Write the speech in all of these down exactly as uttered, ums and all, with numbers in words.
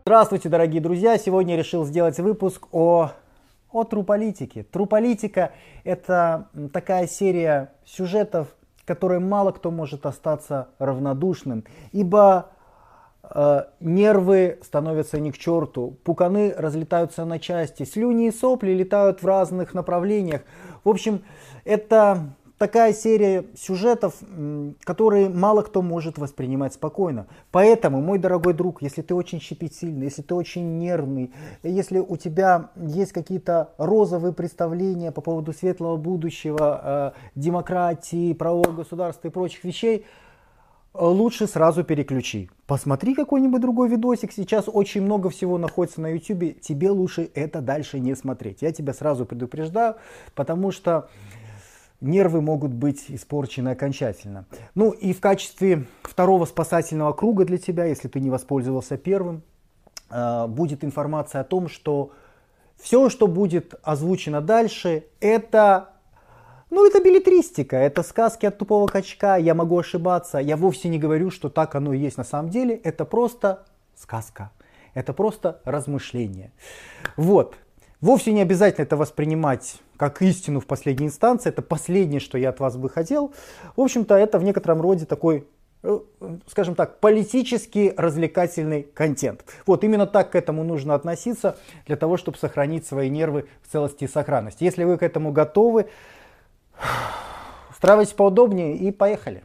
Здравствуйте, дорогие друзья! Сегодня я решил сделать выпуск о, о Труполитике. Труполитика – это такая серия сюжетов, которой мало кто может остаться равнодушным, ибо э, нервы становятся ни к черту, пуканы разлетаются на части, слюни и сопли летают в разных направлениях. В общем, это такая серия сюжетов, которые мало кто может воспринимать спокойно. Поэтому, мой дорогой друг, если ты очень щепетильный, если ты очень нервный, если у тебя есть какие-то розовые представления по поводу светлого будущего, э, демократии, правового государства и прочих вещей, лучше сразу переключи. Посмотри какой-нибудь другой видосик. Сейчас очень много всего находится на YouTube. Тебе лучше это дальше не смотреть. Я тебя сразу предупреждаю, потому что нервы могут быть испорчены окончательно. Ну и в качестве второго спасательного круга для тебя, если ты не воспользовался первым, будет информация о том, что все, что будет озвучено дальше, это, ну, это беллетристика, это сказки от тупого качка, я могу ошибаться, я вовсе не говорю, что так оно и есть на самом деле, это просто сказка, это просто размышление. Вот. Вовсе не обязательно это воспринимать как истину в последней инстанции. Это последнее, что я от вас бы хотел. В общем-то, это в некотором роде такой, скажем так, политический развлекательный контент. Вот именно так к этому нужно относиться, для того, чтобы сохранить свои нервы в целости и сохранности. Если вы к этому готовы, устраивайтесь поудобнее и поехали.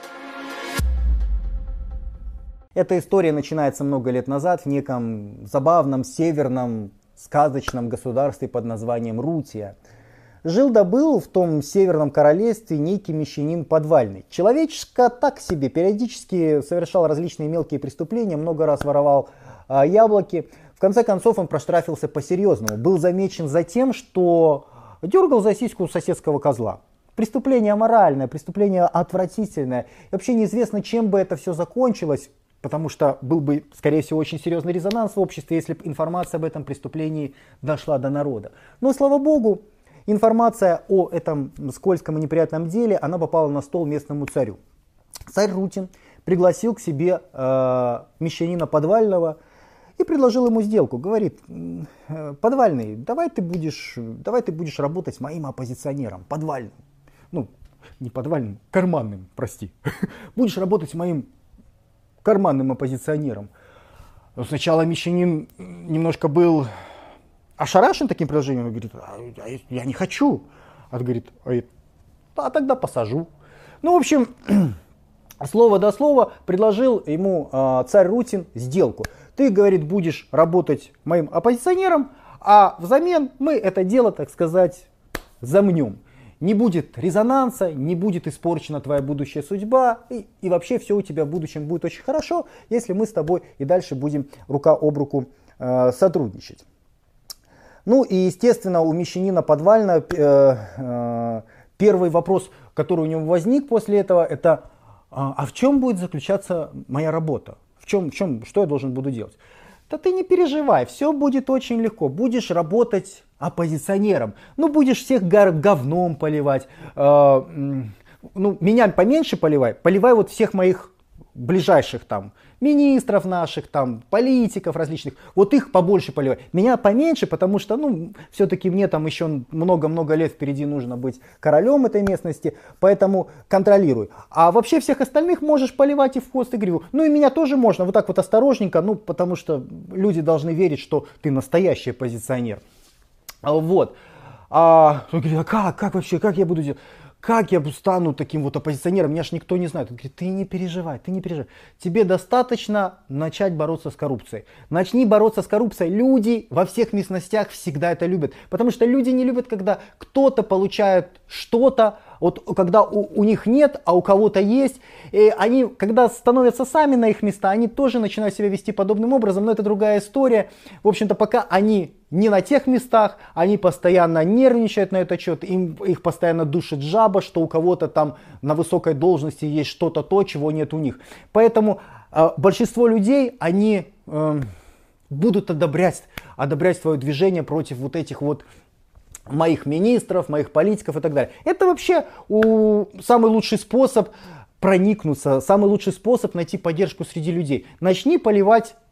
Эта история начинается много лет назад в неком забавном северном сказочном государстве под названием Рутия. Жил да был в том северном королевстве некий мещанин Подвальный. Человечка так себе, периодически совершал различные мелкие преступления, много раз воровал а, яблоки. В конце концов он проштрафился по-серьезному. Был замечен за тем, что дергал за сиську соседского козла. Преступление аморальное, преступление отвратительное. И вообще неизвестно, чем бы это все закончилось. Потому что был бы, скорее всего, очень серьезный резонанс в обществе, если бы информация об этом преступлении дошла до народа. Но, слава богу, информация о этом скользком и неприятном деле, она попала на стол местному царю. Царь Рутин пригласил к себе э, мещанина Подвального и предложил ему сделку. Говорит: Подвальный, давай ты будешь, давай ты будешь работать моим оппозиционером, Подвальным. Ну, не Подвальным, карманным, прости. Будешь работать моим карманным оппозиционером. Но сначала мещанин немножко был ошарашен таким предложением. Он говорит: а, я не хочу. А он говорит: а тогда посажу. Ну, в общем, слово до слова предложил ему э, царь Рутин сделку. Ты, говорит, будешь работать моим оппозиционером, а взамен мы это дело, так сказать, замнем. Не будет резонанса, не будет испорчена твоя будущая судьба, и, и вообще все у тебя в будущем будет очень хорошо, если мы с тобой и дальше будем рука об руку э, сотрудничать. Ну и естественно у мещанина Подвального э, э, первый вопрос, который у него возник после этого, это: а в чем будет заключаться моя работа? В чем, в чем, что я должен буду делать? Да ты не переживай, все будет очень легко. Будешь работать оппозиционером. Ну, будешь всех говном поливать. Э, ну, меня поменьше поливай. Поливай вот всех моих ближайших там министров наших, там, политиков различных. Вот их побольше поливай. Меня поменьше, потому что, ну, все-таки мне там еще много-много лет впереди нужно быть королем этой местности. Поэтому контролируй. А вообще всех остальных можешь поливать и в хвост и гриву. Ну и меня тоже можно. Вот так вот осторожненько. Ну, потому что люди должны верить, что ты настоящий оппозиционер. Вот. А, он говорит: а как, как вообще, как я буду делать? Как я стану таким вот оппозиционером? Меня ж никто не знает. Он говорит: ты не переживай, ты не переживай. Тебе достаточно начать бороться с коррупцией. Начни бороться с коррупцией. Люди во всех местностях всегда это любят. Потому что люди не любят, когда кто-то получает что-то, вот когда у, у них нет, а у кого-то есть. И они, когда становятся сами на их места, они тоже начинают себя вести подобным образом. Но это другая история. В общем-то, пока они не на тех местах, они постоянно нервничают на этот счет, им, их постоянно душит жаба, что у кого-то там на высокой должности есть что-то то, чего нет у них. Поэтому э, большинство людей, они э, будут одобрять, одобрять свое движение против вот этих вот моих министров, моих политиков и так далее. Это вообще у, самый лучший способ проникнуться, самый лучший способ найти поддержку среди людей. Начни поливать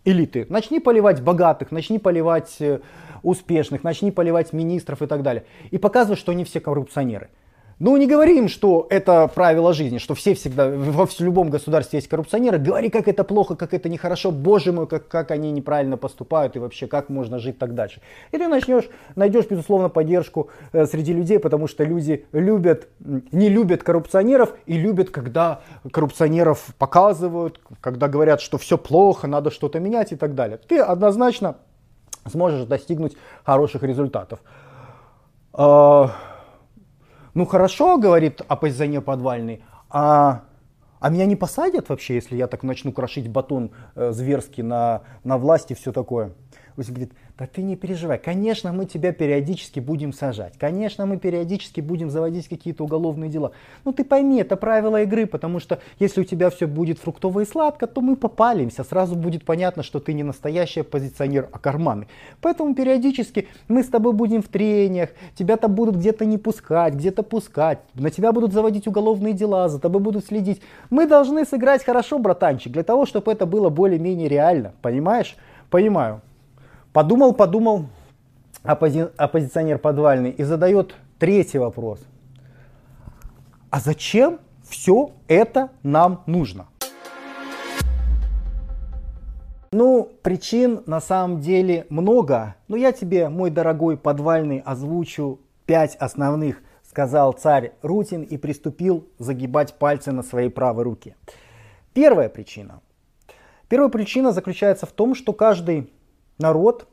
элиты. Начни поливать богатых, начни поливать успешных, начни поливать министров и так далее. И показывай, что они все коррупционеры. Ну, не говори им, что это правило жизни, что все всегда, во любом государстве есть коррупционеры. Говори, как это плохо, как это нехорошо, боже мой, как, как они неправильно поступают и вообще, как можно жить так дальше. И ты начнешь, найдешь, безусловно, поддержку э, среди людей, потому что люди любят, не любят коррупционеров и любят, когда коррупционеров показывают, когда говорят, что все плохо, надо что-то менять и так далее. Ты однозначно сможешь достигнуть хороших результатов. Э, Ну хорошо, говорит оппозиционер подвальный, а, а меня не посадят вообще, если я так начну крошить батон э, зверски на, на власти и все такое? Он говорит, да ты не переживай, конечно мы тебя периодически будем сажать, конечно мы периодически будем заводить какие-то уголовные дела. Ну ты пойми, это правило игры, потому что если у тебя все будет фруктово и сладко, то мы попалимся, сразу будет понятно, что ты не настоящий оппозиционер, а карманный. Поэтому периодически мы с тобой будем в трениях, тебя там будут где-то не пускать, где-то пускать, на тебя будут заводить уголовные дела, за тобой будут следить. Мы должны сыграть хорошо, братанчик, для того, чтобы это было более-менее реально, понимаешь? Понимаю. Подумал, подумал оппози- оппозиционер подвальный и задает третий вопрос. А зачем все это нам нужно? Ну, причин на самом деле много, но я тебе, мой дорогой подвальный, озвучу пять основных, сказал царь Рутин и приступил загибать пальцы на своей правой руке. Первая причина. Первая причина заключается в том, что каждый народ,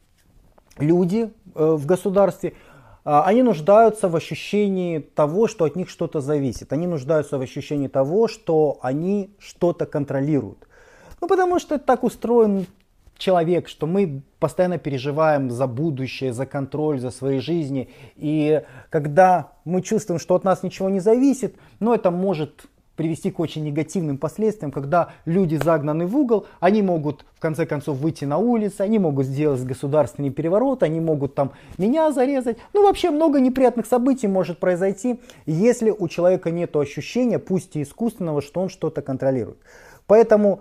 люди э, в государстве, э, они нуждаются в ощущении того, что от них что-то зависит. Они нуждаются в ощущении того, что они что-то контролируют. Ну, потому что так устроен человек, что мы постоянно переживаем за будущее, за контроль, за свои жизни. И когда мы чувствуем, что от нас ничего не зависит, ну, это может привести к очень негативным последствиям, когда люди загнаны в угол, они могут в конце концов выйти на улицу, они могут сделать государственный переворот, они могут там меня зарезать. Ну вообще много неприятных событий может произойти, если у человека нет ощущения, пусть и искусственного, что он что-то контролирует. Поэтому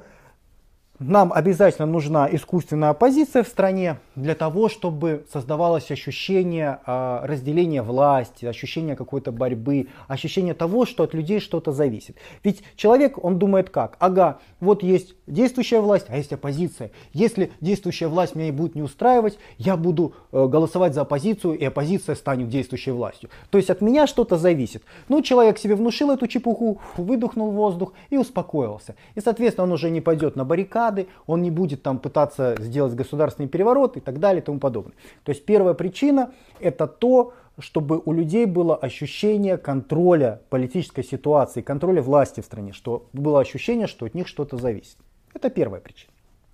нам обязательно нужна искусственная оппозиция в стране для того, чтобы создавалось ощущение э, разделения власти, ощущение какой-то борьбы, ощущение того, что от людей что-то зависит. Ведь человек, он думает как? Ага, вот есть действующая власть, а есть оппозиция. Если действующая власть меня будет не устраивать, я буду э, голосовать за оппозицию, и оппозиция станет действующей властью. То есть от меня что-то зависит. Ну, человек себе внушил эту чепуху, выдохнул воздух и успокоился. И, соответственно, он уже не пойдет на баррикады, он не будет там пытаться сделать государственный переворот и так далее и тому подобное. То есть первая причина это то, чтобы у людей было ощущение контроля политической ситуации, контроля власти в стране, что было ощущение, что от них что-то зависит. Это первая причина.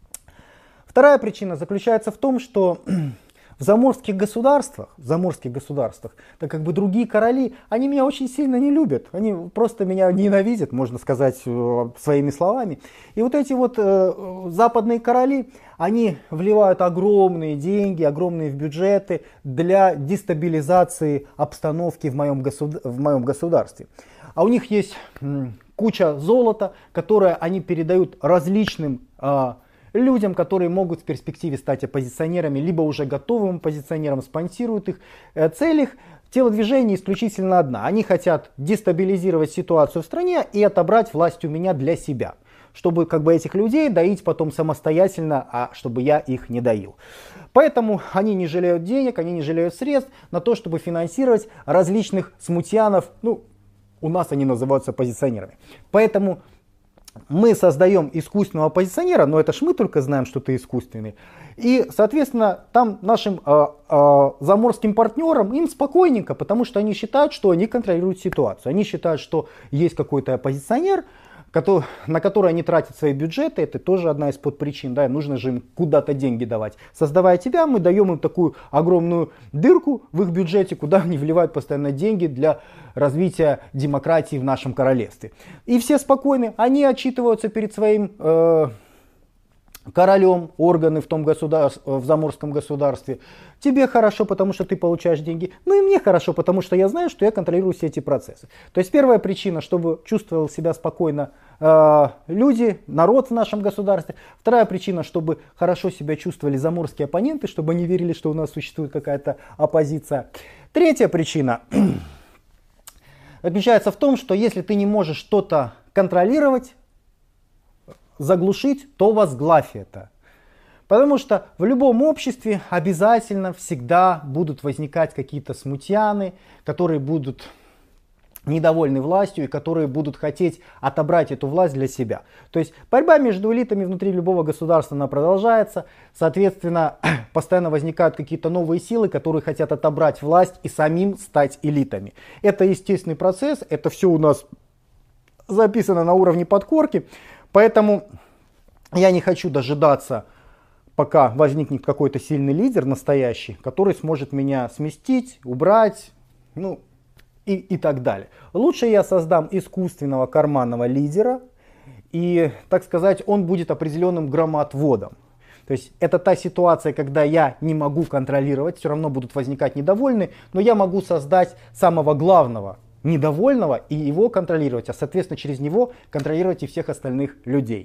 Вторая причина заключается в том, что в заморских государствах, в заморских государствах, так как бы другие короли, они меня очень сильно не любят, они просто меня ненавидят, можно сказать своими словами. И вот эти вот э, западные короли, они вливают огромные деньги, огромные бюджеты для дестабилизации обстановки в моем, государ- в моем государстве. А у них есть м, куча золота, которое они передают различным э, людям, которые могут в перспективе стать оппозиционерами, либо уже готовым оппозиционерам, спонсируют их. Цель их телодвижения исключительно одна. Они хотят дестабилизировать ситуацию в стране и отобрать власть у меня для себя. Чтобы как бы этих людей доить потом самостоятельно, а чтобы я их не доил. Поэтому они не жалеют денег, они не жалеют средств на то, чтобы финансировать различных смутьянов. Ну, у нас они называются оппозиционерами. Поэтому мы создаем искусственного оппозиционера, но это ж мы только знаем, что ты искусственный. И, соответственно, там нашим э, э, заморским партнерам им спокойненько, потому что они считают, что они контролируют ситуацию. Они считают, что есть какой-то оппозиционер, который, на который они тратят свои бюджеты. Это тоже одна из подпричин. Да, нужно же им куда-то деньги давать. Создавая тебя, мы даем им такую огромную дырку в их бюджете, куда они вливают постоянно деньги для развития демократии в нашем королевстве. И все спокойны, они отчитываются перед своим э, королем органы в том государстве, в заморском государстве. Тебе хорошо, потому что ты получаешь деньги. Ну и мне хорошо, потому что я знаю, что я контролирую все эти процессы. То есть первая причина, чтобы чувствовал себя спокойно э, люди, народ в нашем государстве. Вторая причина, чтобы хорошо себя чувствовали заморские оппоненты, чтобы они верили, что у нас существует какая-то оппозиция. Третья причина заключается в том, что если ты не можешь что-то контролировать, заглушить, то возглавь это. Потому что в любом обществе обязательно всегда будут возникать какие-то смутьяны, которые будут недовольны властью и которые будут хотеть отобрать эту власть для себя. То есть борьба между элитами внутри любого государства, она продолжается. Соответственно, постоянно возникают какие-то новые силы, которые хотят отобрать власть и самим стать элитами. Это естественный процесс, это все у нас записано на уровне подкорки. Поэтому я не хочу дожидаться, пока возникнет какой-то сильный лидер настоящий, который сможет меня сместить, убрать, ну и, и так далее. Лучше я создам искусственного карманного лидера, и, так сказать, он будет определенным громоотводом. То есть это та ситуация, когда я не могу контролировать, все равно будут возникать недовольные, но я могу создать самого главного недовольного и его контролировать, а соответственно через него контролировать и всех остальных людей.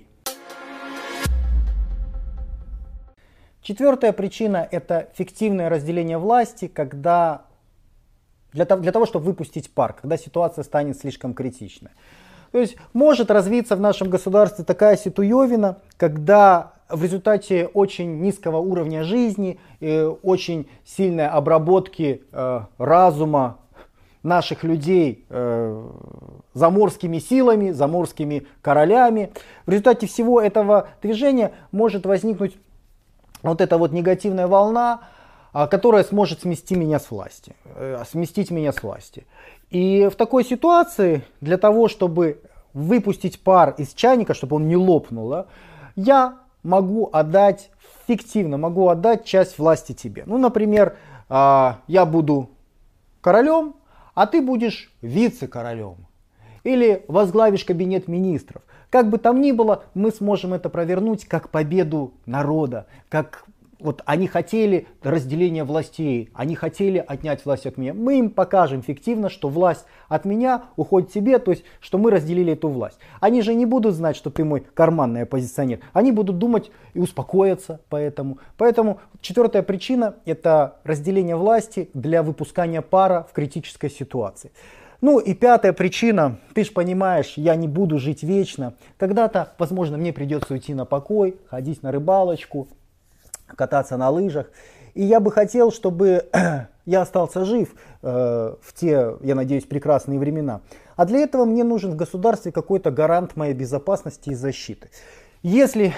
Четвертая причина — это фиктивное разделение власти, когда для того, для того, чтобы выпустить пар, когда ситуация станет слишком критичной. То есть может развиться в нашем государстве такая ситуевина, когда в результате очень низкого уровня жизни, э, очень сильной обработки э, разума наших людей э, заморскими силами, заморскими королями. В результате всего этого движения может возникнуть вот эта вот негативная волна, э, которая сможет смести меня с власти, э, сместить меня с власти. И в такой ситуации, для того, чтобы выпустить пар из чайника, чтобы он не лопнул, да, я могу отдать, фиктивно могу отдать часть власти тебе. Ну, например, э, я буду королем, а ты будешь вице-королем. Или возглавишь кабинет министров. Как бы там ни было, мы сможем это провернуть как победу народа. Как вот они хотели разделения властей, они хотели отнять власть от меня. Мы им покажем фиктивно, что власть от меня уходит тебе, то есть, что мы разделили эту власть. Они же не будут знать, что ты мой карманный оппозиционер. Они будут думать и успокоиться поэтому. Поэтому четвертая причина — это разделение власти для выпускания пара в критической ситуации. Ну и пятая причина, ты же понимаешь, я не буду жить вечно. Когда-то, возможно, мне придется уйти на покой, ходить на рыбалочку, кататься на лыжах. И я бы хотел, чтобы я остался жив э, в те, я надеюсь, прекрасные времена. А для этого мне нужен в государстве какой-то гарант моей безопасности и защиты. Если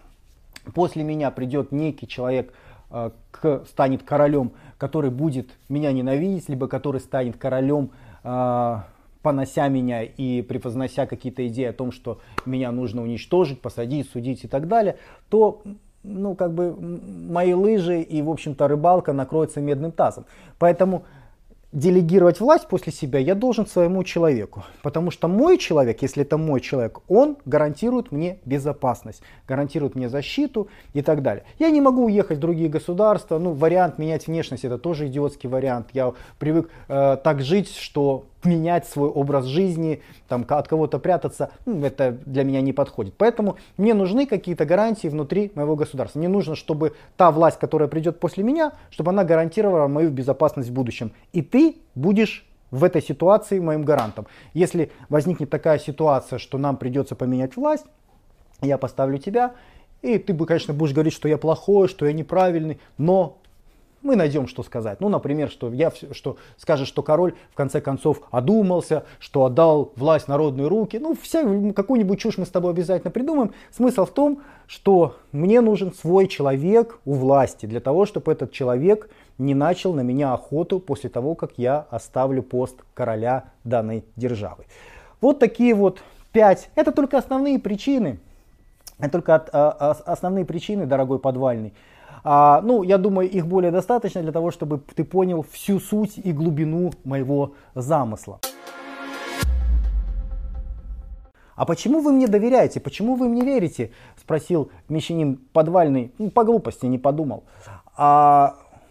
после меня придет некий человек, э, к, станет королем, который будет меня ненавидеть, либо который станет королем, э, понося меня и преподнося какие-то идеи о том, что меня нужно уничтожить, посадить, судить и так далее, то ну, как бы мои лыжи и, в общем-то, рыбалка накроются медным тазом. Поэтому делегировать власть после себя я должен своему человеку. Потому что мой человек, если это мой человек, он гарантирует мне безопасность, гарантирует мне защиту и так далее. Я не могу уехать в другие государства. Ну, вариант менять внешность — это тоже идиотский вариант. Я привык э, так жить, что менять свой образ жизни, там, от кого-то прятаться, ну, это для меня не подходит. Поэтому мне нужны какие-то гарантии внутри моего государства. Мне нужно, чтобы та власть, которая придет после меня, чтобы она гарантировала мою безопасность в будущем. И ты будешь в этой ситуации моим гарантом. Если возникнет такая ситуация, что нам придется поменять власть, я поставлю тебя, и ты, конечно, будешь говорить, что я плохой, что я неправильный, но мы найдем, что сказать. Ну, например, что, я, что скажешь, что король в конце концов одумался, что отдал власть в народные руки. Ну, вся, какую-нибудь чушь мы с тобой обязательно придумаем. Смысл в том, что мне нужен свой человек у власти, для того, чтобы этот человек не начал на меня охоту после того, как я оставлю пост короля данной державы. Вот такие вот пять. Это только основные причины. Это только от, а, основные причины, дорогой подвальный. А, ну, я думаю, их более достаточно для того, чтобы ты понял всю суть и глубину моего замысла. А почему вы мне доверяете? Почему вы мне верите? Спросил мещанин подвальный. Ну, по глупости не подумал. А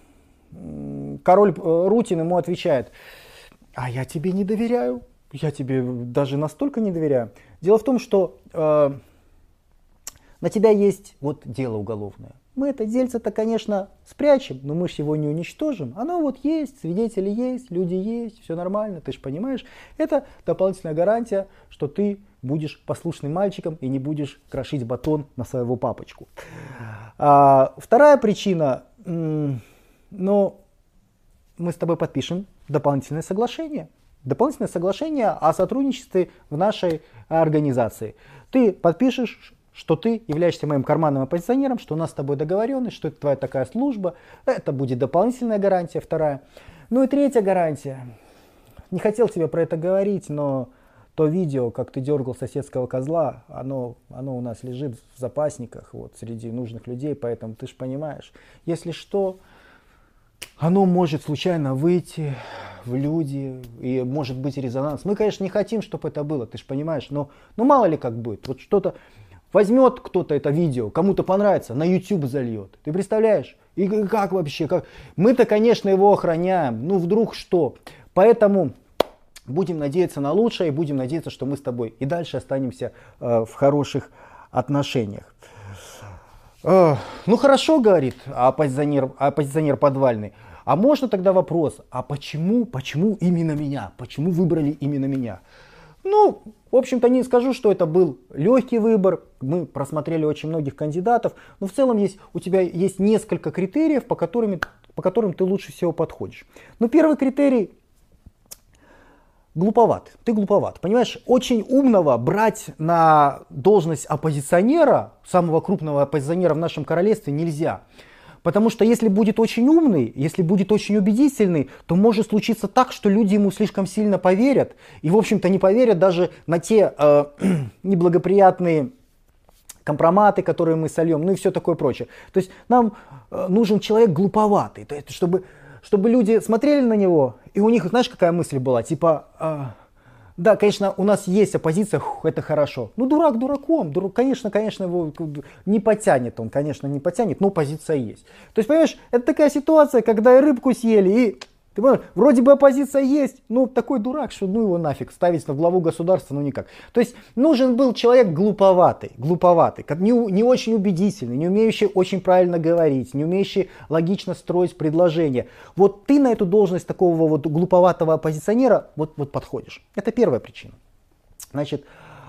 король Рутин ему отвечает: а я тебе не доверяю. Я тебе даже настолько не доверяю. Дело в том, что э, на тебя есть вот дело уголовное. Мы это дельце-то, конечно, спрячем, но мы же его не уничтожим. Оно вот есть, свидетели есть, люди есть, все нормально, ты же понимаешь. Это дополнительная гарантия, что ты будешь послушным мальчиком и не будешь крошить батон на своего папочку. А, вторая причина, ну, мы с тобой подпишем дополнительное соглашение. Дополнительное соглашение о сотрудничестве в нашей организации. Ты подпишешь, что ты являешься моим карманным оппозиционером, что у нас с тобой договоренность, что это твоя такая служба. Это будет дополнительная гарантия, вторая. Ну и третья гарантия. Не хотел тебе про это говорить, но то видео, как ты дергал соседского козла, оно, оно у нас лежит в запасниках, вот, среди нужных людей, поэтому ты же понимаешь, если что, оно может случайно выйти в люди, и может быть резонанс. Мы, конечно, не хотим, чтобы это было, ты же понимаешь, но ну, мало ли как будет. Вот что-то возьмет кто-то это видео, кому-то понравится, на YouTube зальет. Ты представляешь? И как вообще? Как? Мы-то, конечно, его охраняем. Ну, вдруг что? Поэтому будем надеяться на лучшее, и будем надеяться, что мы с тобой и дальше останемся э, в хороших отношениях. Э, ну, хорошо, говорит оппозиционер, оппозиционер подвальный. А можно тогда вопрос, а почему, почему именно меня? Почему выбрали именно меня? Ну, в общем-то, не скажу, что это был легкий выбор. Мы просмотрели очень многих кандидатов. Но в целом есть, у тебя есть несколько критериев, по которым, по которым ты лучше всего подходишь. Ну, первый критерий – глуповат. Ты глуповат. Понимаешь, очень умного брать на должность оппозиционера, самого крупного оппозиционера в нашем королевстве, нельзя. Потому что если будет очень умный, если будет очень убедительный, то может случиться так, что люди ему слишком сильно поверят. И, в общем-то, не поверят даже на те э, неблагоприятные компроматы, которые мы сольем, ну и все такое прочее. То есть нам э, нужен человек глуповатый, то есть, чтобы, чтобы люди смотрели на него, и у них, знаешь, какая мысль была? Типа... Э, Да, конечно, у нас есть оппозиция, это хорошо. Ну, дурак дураком, дурак, конечно, конечно, его не потянет он, конечно, не потянет, но позиция есть. То есть, понимаешь, это такая ситуация, когда и рыбку съели, и, ты понимаешь, вроде бы оппозиция есть, но такой дурак, что ну его нафиг ставить на главу государства, ну никак. То есть, нужен был человек глуповатый, глуповатый, не, не очень убедительный, не умеющий очень правильно говорить, не умеющий логично строить предложения. Вот ты на эту должность такого вот глуповатого оппозиционера вот, вот подходишь. Это первая причина. Значит,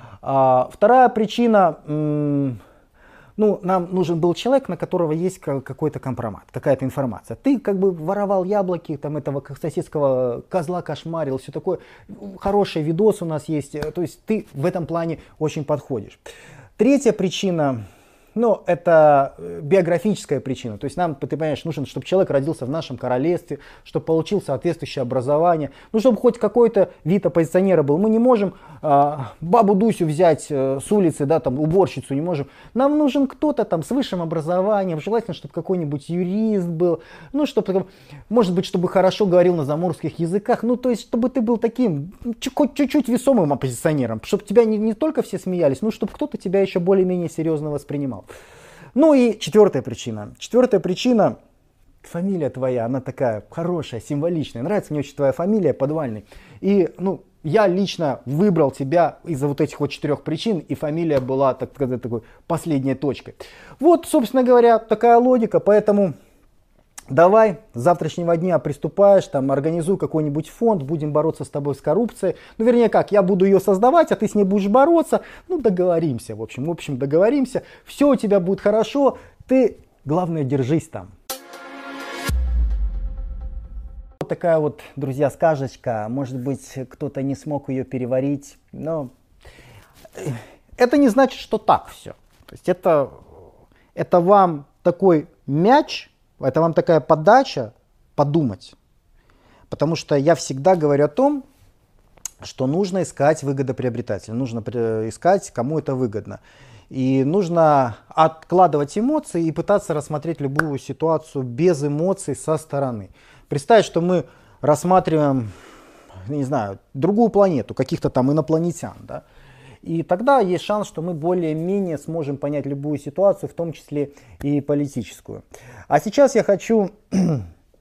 а, вторая причина, м- ну, нам нужен был человек, на которого есть какой-то компромат, какая-то информация. Ты как бы воровал яблоки, там этого соседского козла кошмарил, все такое. Хороший видос у нас есть, то есть ты в этом плане очень подходишь. Третья причина. Ну, это биографическая причина. То есть нам, ты понимаешь, нужно, чтобы человек родился в нашем королевстве, чтобы получил соответствующее образование, ну, чтобы хоть какой-то вид оппозиционера был. Мы не можем э, бабу Дусю взять э, с улицы, да, там, уборщицу не можем. Нам нужен кто-то там с высшим образованием, желательно, чтобы какой-нибудь юрист был, ну, чтобы, может быть, чтобы хорошо говорил на заморских языках, ну, то есть, чтобы ты был таким, чуть-чуть весомым оппозиционером, чтобы тебя не, не только все смеялись, но чтобы кто-то тебя еще более-менее серьезно воспринимал. Ну и четвертая причина. Четвертая причина. Фамилия твоя, она такая хорошая, символичная. Нравится мне очень твоя фамилия, Подвальный. И, ну, я лично выбрал тебя из-за вот этих вот четырех причин, и фамилия была, так сказать, такой последней точкой. Вот, собственно говоря, такая логика, поэтому... Давай, с завтрашнего дня приступаешь, там, организуй какой-нибудь фонд, будем бороться с тобой с коррупцией. Ну, вернее, как, я буду ее создавать, а ты с ней будешь бороться. Ну, договоримся, в общем, в общем, договоримся. Все у тебя будет хорошо, ты, главное, держись там. Вот такая вот, друзья, сказочка. Может быть, кто-то не смог ее переварить, но это не значит, что так все. То есть это, это вам такой мяч. Это вам такая подача подумать. Потому что я всегда говорю о том, что нужно искать выгодоприобретателя, нужно искать, кому это выгодно. И нужно откладывать эмоции и пытаться рассмотреть любую ситуацию без эмоций со стороны. Представь, что мы рассматриваем, не знаю, другую планету, каких-то там инопланетян, да? И тогда есть шанс, что мы более-менее сможем понять любую ситуацию, в том числе и политическую. А сейчас я хочу э,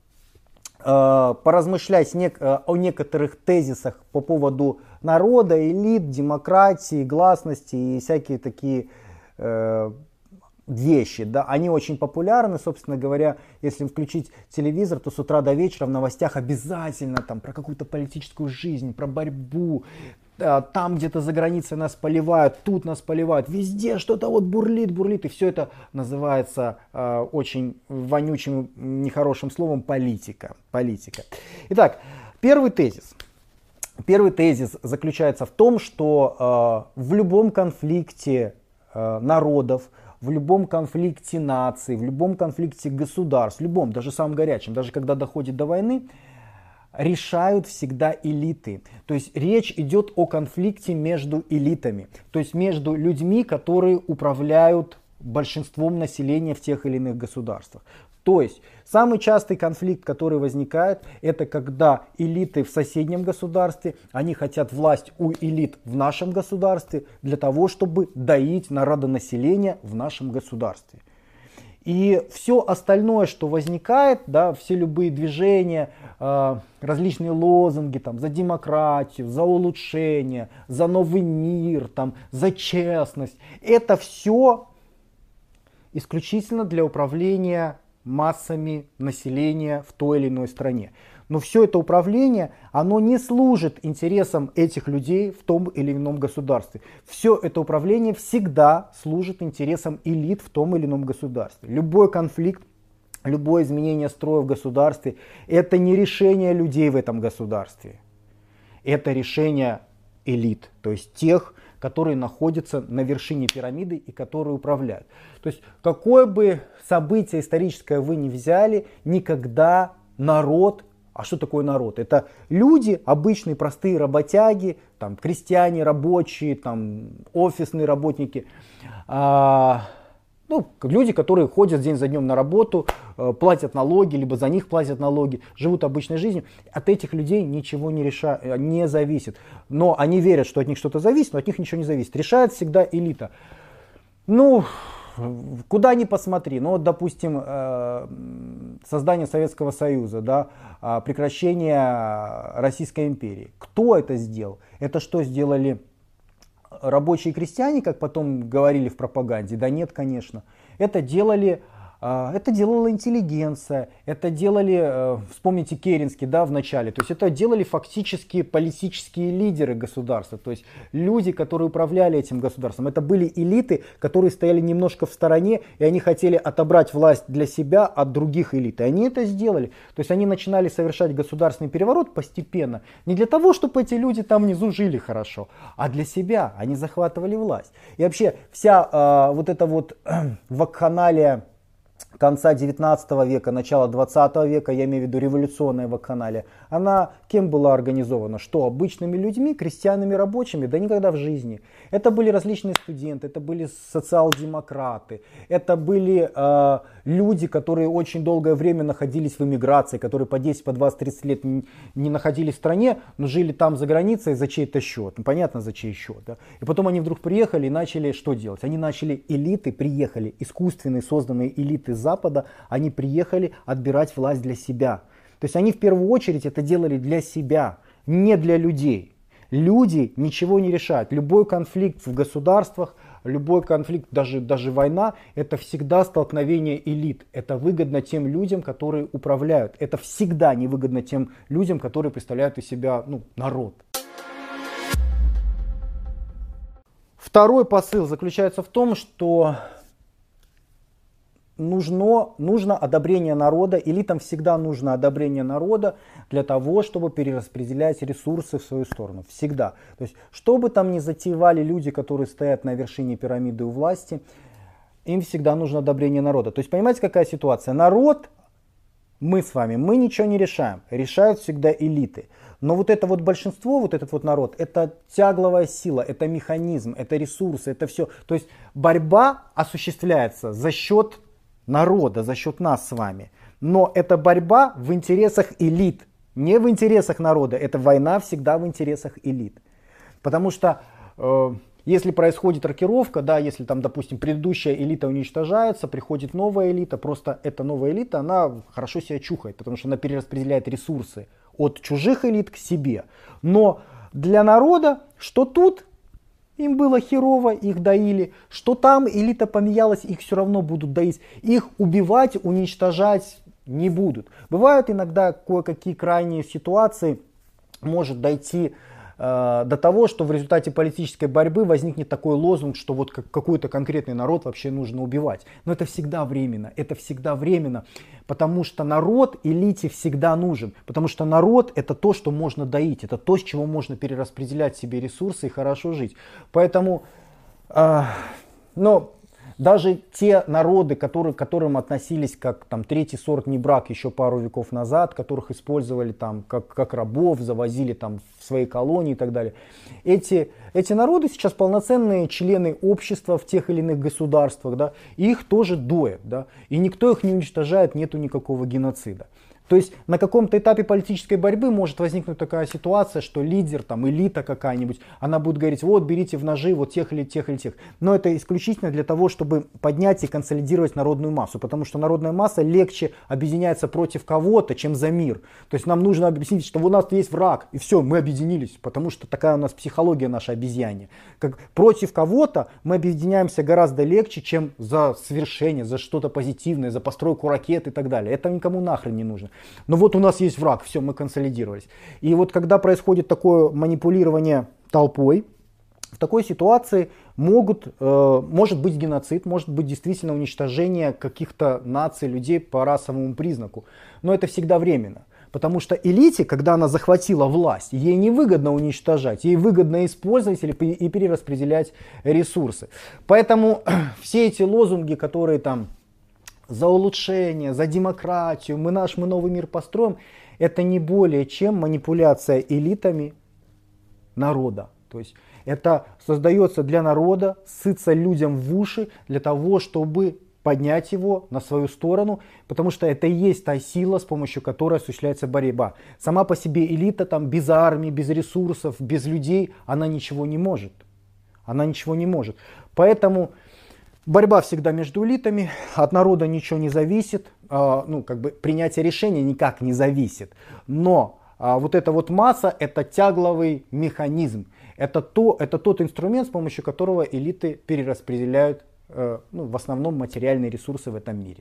поразмышлять нек- о некоторых тезисах по поводу народа, элит, демократии, гласности и всякие такие э, вещи. Да? Они очень популярны, собственно говоря, если включить телевизор, то с утра до вечера в новостях обязательно там, про какую-то политическую жизнь, про борьбу. Там где-то за границей нас поливают, тут нас поливают, везде что-то вот бурлит, бурлит, и все это называется э, очень вонючим, нехорошим словом политика. политика. Итак, первый тезис. Первый тезис заключается в том, что э, в любом конфликте э, народов, в любом конфликте наций, в любом конфликте государств, в любом, даже самом горячем, даже когда доходит до войны, решают всегда элиты. То есть речь идет о конфликте между элитами, то есть между людьми, которые управляют большинством населения в тех или иных государствах. То есть самый частый конфликт, который возникает, это когда элиты в соседнем государстве, они хотят власть у элит в нашем государстве для того, чтобы доить народонаселение в нашем государстве. И все остальное, что возникает, да, все любые движения, э, различные лозунги там, за демократию, за улучшение, за новый мир, там, за честность, это все исключительно для управления массами населения в той или иной стране. Но все это управление, оно не служит интересам этих людей в том или ином государстве. Все это управление всегда служит интересам элит в том или ином государстве. Любой конфликт, любое изменение строя в государстве, это не решение людей в этом государстве. Это решение элит, то есть тех, которые находятся на вершине пирамиды и которые управляют. То есть какое бы событие историческое вы ни взяли, никогда народ. А что такое народ? Это люди, обычные простые работяги, там, крестьяне, рабочие, там, офисные работники. А, ну, люди, которые ходят день за днем на работу, платят налоги, либо за них платят налоги, живут обычной жизнью. От этих людей ничего не, реша... не зависит. Но они верят, что от них что-то зависит, но от них ничего не зависит. Решает всегда элита. Ну... Куда ни посмотри, ну вот, допустим, создание Советского Союза, да, прекращение Российской империи. Кто это сделал? Это что сделали рабочие крестьяне, как потом говорили в пропаганде? Да нет, конечно. Это делали... Это делала интеллигенция, это делали, вспомните Керенский, да, в начале, то есть это делали фактически политические лидеры государства, то есть люди, которые управляли этим государством. Это были элиты, которые стояли немножко в стороне, и они хотели отобрать власть для себя от других элит. И они это сделали. То есть они начинали совершать государственный переворот постепенно, не для того, чтобы эти люди там внизу жили хорошо, а для себя. Они захватывали власть. И вообще вся э, вот эта вот э, вакханалия конца девятнадцатого века, начала двадцатого века, я имею в виду революционная вакханалия, она кем была организована? Что, обычными людьми, крестьянами, рабочими? Да никогда в жизни. Это были различные студенты, это были социал-демократы, это были э, люди, которые очень долгое время находились в эмиграции, которые по десять, по двадцать, тридцать лет не, не находились в стране, но жили там за границей за чей-то счет. Ну, понятно, за чей счет. Да? И потом они вдруг приехали и начали что делать? Они начали, элиты приехали, искусственные созданные элиты Запада, они приехали отбирать власть для себя. То есть они в первую очередь это делали для себя, не для людей. Люди ничего не решают. Любой конфликт в государствах, любой конфликт, даже, даже война, это всегда столкновение элит. Это выгодно тем людям, которые управляют. Это всегда невыгодно тем людям, которые представляют из себя, ну, народ. Второй посыл заключается в том, что Нужно, нужно одобрение народа, элитам всегда нужно одобрение народа для того, чтобы перераспределять ресурсы в свою сторону. Всегда. То есть, что бы там ни затевали люди, которые стоят на вершине пирамиды у власти, им всегда нужно одобрение народа. То есть, понимаете, какая ситуация? Народ, мы с вами, мы ничего не решаем. Решают всегда элиты. Но вот это вот большинство, вот этот вот народ, это тягловая сила, это механизм, это ресурсы, это все. То есть, борьба осуществляется за счет народа, за счет нас с вами. Но это борьба в интересах элит, не в интересах народа. Это война всегда в интересах элит. Потому что э, Если происходит рокировка, да, если там, допустим, предыдущая элита уничтожается, приходит новая элита, просто эта новая элита, она хорошо себя чухает, потому что она перераспределяет ресурсы от чужих элит к себе. Но для народа, что тут им было херово, их доили, что там элита поменялась, их все равно будут доить. Их убивать, уничтожать не будут. Бывают иногда кое-какие крайние ситуации, может дойти э, до того, что в результате политической борьбы возникнет такой лозунг, что вот как, какой-то конкретный народ вообще нужно убивать. Но это всегда временно, это всегда временно, потому что народ элите всегда нужен, потому что народ это то, что можно доить, это то, с чего можно перераспределять себе ресурсы и хорошо жить. Поэтому, э, но даже те народы, которые, к которым относились как там, третий сорт не брак еще пару веков назад, которых использовали там, как, как рабов, завозили там, в свои колонии и так далее, эти, эти народы сейчас полноценные члены общества в тех или иных государствах, да, и их тоже доят, да, и никто их не уничтожает, нету никакого геноцида. То есть на каком-то этапе политической борьбы может возникнуть такая ситуация, что лидер, там, элита какая-нибудь, она будет говорить, вот берите в ножи вот тех или тех или тех. Но это исключительно для того, чтобы поднять и консолидировать народную массу, потому что народная масса легче объединяется против кого-то, чем за мир. То есть нам нужно объяснить, что у нас есть враг, и все, мы объединились, потому что такая у нас психология наша обезьянья. Как против кого-то мы объединяемся гораздо легче, чем за свершение, за что-то позитивное, за постройку ракет и так далее. Это никому нахрен не нужно. Но вот у нас есть враг, все, мы консолидировались. И вот когда происходит такое манипулирование толпой, в такой ситуации могут, э, может быть геноцид, может быть действительно уничтожение каких-то наций, людей по расовому признаку. Но это всегда временно. Потому что элите, когда она захватила власть, ей невыгодно уничтожать, ей выгодно использовать или и перераспределять ресурсы. Поэтому все эти лозунги, которые там за улучшение, за демократию, мы наш, мы новый мир построим, это не более чем манипуляция элитами народа. То есть это создается для народа, сыться людям в уши для того, чтобы поднять его на свою сторону, потому что это и есть та сила, с помощью которой осуществляется борьба. Сама по себе элита там без армии, без ресурсов, без людей, она ничего не может. Она ничего не может. Поэтому борьба всегда между элитами, от народа ничего не зависит, э, ну, как бы принятие решения никак не зависит. Но э, вот эта вот масса, это тягловый механизм. Это, то, это тот инструмент, с помощью которого элиты перераспределяют э, ну, в основном материальные ресурсы в этом мире.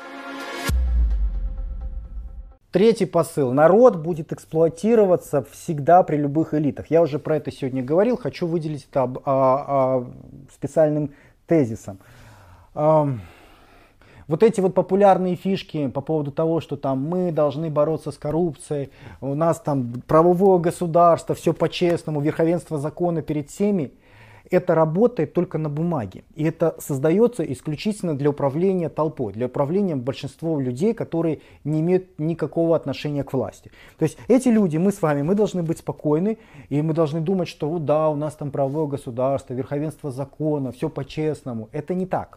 Третий посыл. Народ будет эксплуатироваться всегда при любых элитах. Я уже про это сегодня говорил, хочу выделить это об, а, а, специальным тезисом. Вот эти вот популярные фишки по поводу того, что там мы должны бороться с коррупцией, у нас там правовое государство, все по-честному, верховенство закона перед всеми, это работает только на бумаге. И это создается исключительно для управления толпой, для управления большинством людей, которые не имеют никакого отношения к власти. То есть эти люди, мы с вами, мы должны быть спокойны, и мы должны думать, что вот да, у нас там правовое государство, верховенство закона, все по-честному. Это не так.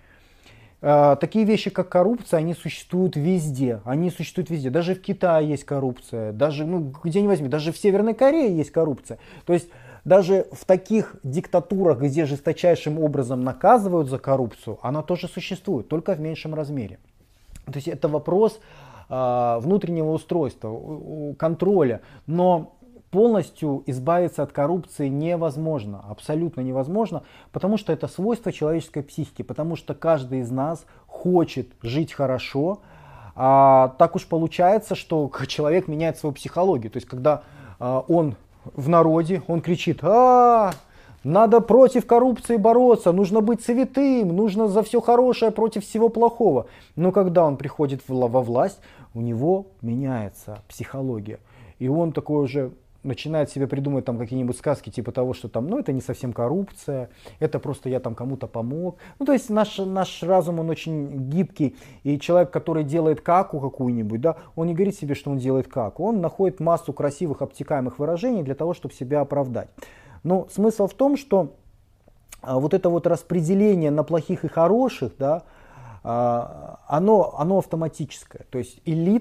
Такие вещи, как коррупция, они существуют везде. Они существуют везде. Даже в Китае есть коррупция. Даже, ну, где ни возьми, даже в Северной Корее есть коррупция. То есть даже в таких диктатурах, где жесточайшим образом наказывают за коррупцию, она тоже существует, только в меньшем размере. То есть это вопрос э, внутреннего устройства, контроля. Но полностью избавиться от коррупции невозможно, абсолютно невозможно, потому что это свойство человеческой психики, потому что каждый из нас хочет жить хорошо. А так уж получается, что человек меняет свою психологию. То есть когда а, он в народе, он кричит: а, надо против коррупции бороться, нужно быть святым, нужно за все хорошее против всего плохого. Но когда он приходит во власть, у него меняется психология. И он такой уже начинает себе придумывать там какие-нибудь сказки типа того, что там, ну это не совсем коррупция, это просто я там кому-то помог. Ну то есть наш, наш разум, он очень гибкий, и человек, который делает каку какую-нибудь, да, он не говорит себе, что он делает каку, он находит массу красивых обтекаемых выражений для того, чтобы себя оправдать. Но смысл в том, что а, вот это вот распределение на плохих и хороших, да, а, оно, оно автоматическое. То есть элита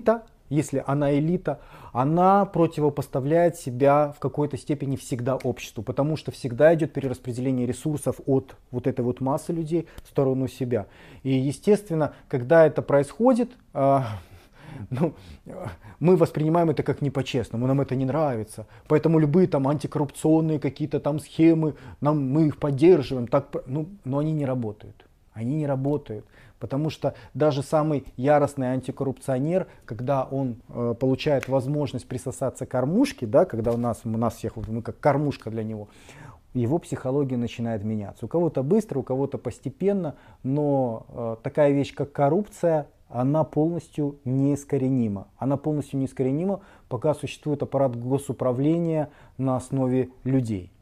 если она элита, она противопоставляет себя в какой-то степени всегда обществу, потому что всегда идет перераспределение ресурсов от вот этой вот массы людей в сторону себя. И естественно, когда это происходит, ну, мы воспринимаем это как не по-честному, нам это не нравится. Поэтому любые там антикоррупционные какие-то там схемы, нам, мы их поддерживаем, так, ну, но они не работают. Они не работают. Потому что даже самый яростный антикоррупционер, когда он э, получает возможность присосаться к кормушке, да, когда у нас, у нас всех, мы как кормушка для него, его психология начинает меняться. У кого-то быстро, у кого-то постепенно, но э, такая вещь, как коррупция, она полностью неискоренима. Она полностью неискоренима, пока существует аппарат госуправления на основе людей.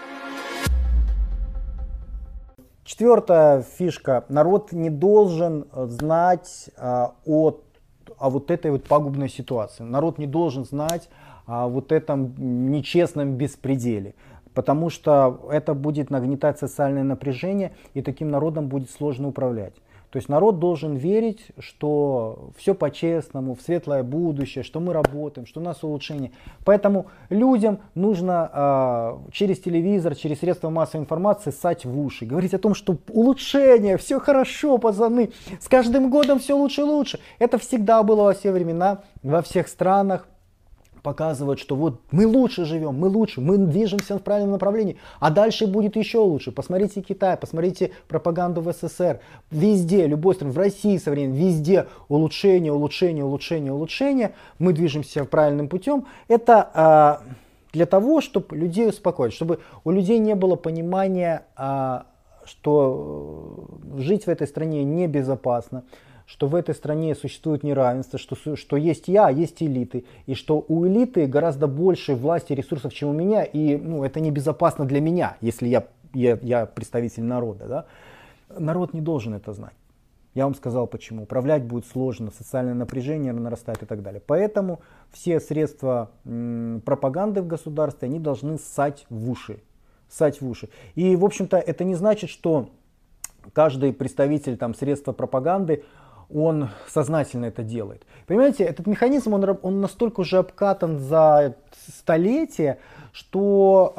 Четвертая фишка. Народ не должен знать а, о, о вот этой вот пагубной ситуации. Народ не должен знать о вот этом нечестном беспределе. Потому что это будет нагнетать социальное напряжение, и таким народом будет сложно управлять. То есть народ должен верить, что все по-честному, в светлое будущее, что мы работаем, что у нас улучшение. Поэтому людям нужно э, через телевизор, через средства массовой информации ссать в уши, говорить о том, что улучшение, все хорошо, пацаны, с каждым годом все лучше и лучше. Это всегда было во все времена, во всех странах. Показывают, что вот мы лучше живем, мы лучше, мы движемся в правильном направлении, а дальше будет еще лучше. Посмотрите Китай, посмотрите пропаганду в СССР, везде, любой стране, в России современной, везде улучшение, улучшение, улучшение, улучшение. Мы движемся правильным путем. Это э, для того, чтобы людей успокоить, чтобы у людей не было понимания, э, что жить в этой стране небезопасно, что в этой стране существует неравенство, что, что есть я, есть элиты, и что у элиты гораздо больше власти и ресурсов, чем у меня, и ну, это небезопасно для меня, если я, я, я представитель народа. Да? Народ не должен это знать. Я вам сказал почему. Управлять будет сложно, социальное напряжение нарастает и так далее. Поэтому все средства м, пропаганды в государстве, они должны ссать в уши. Ссать в уши. И, в общем-то, это не значит, что каждый представитель там, средства пропаганды, он сознательно это делает. Понимаете, этот механизм, он, он настолько уже обкатан за столетия, что э,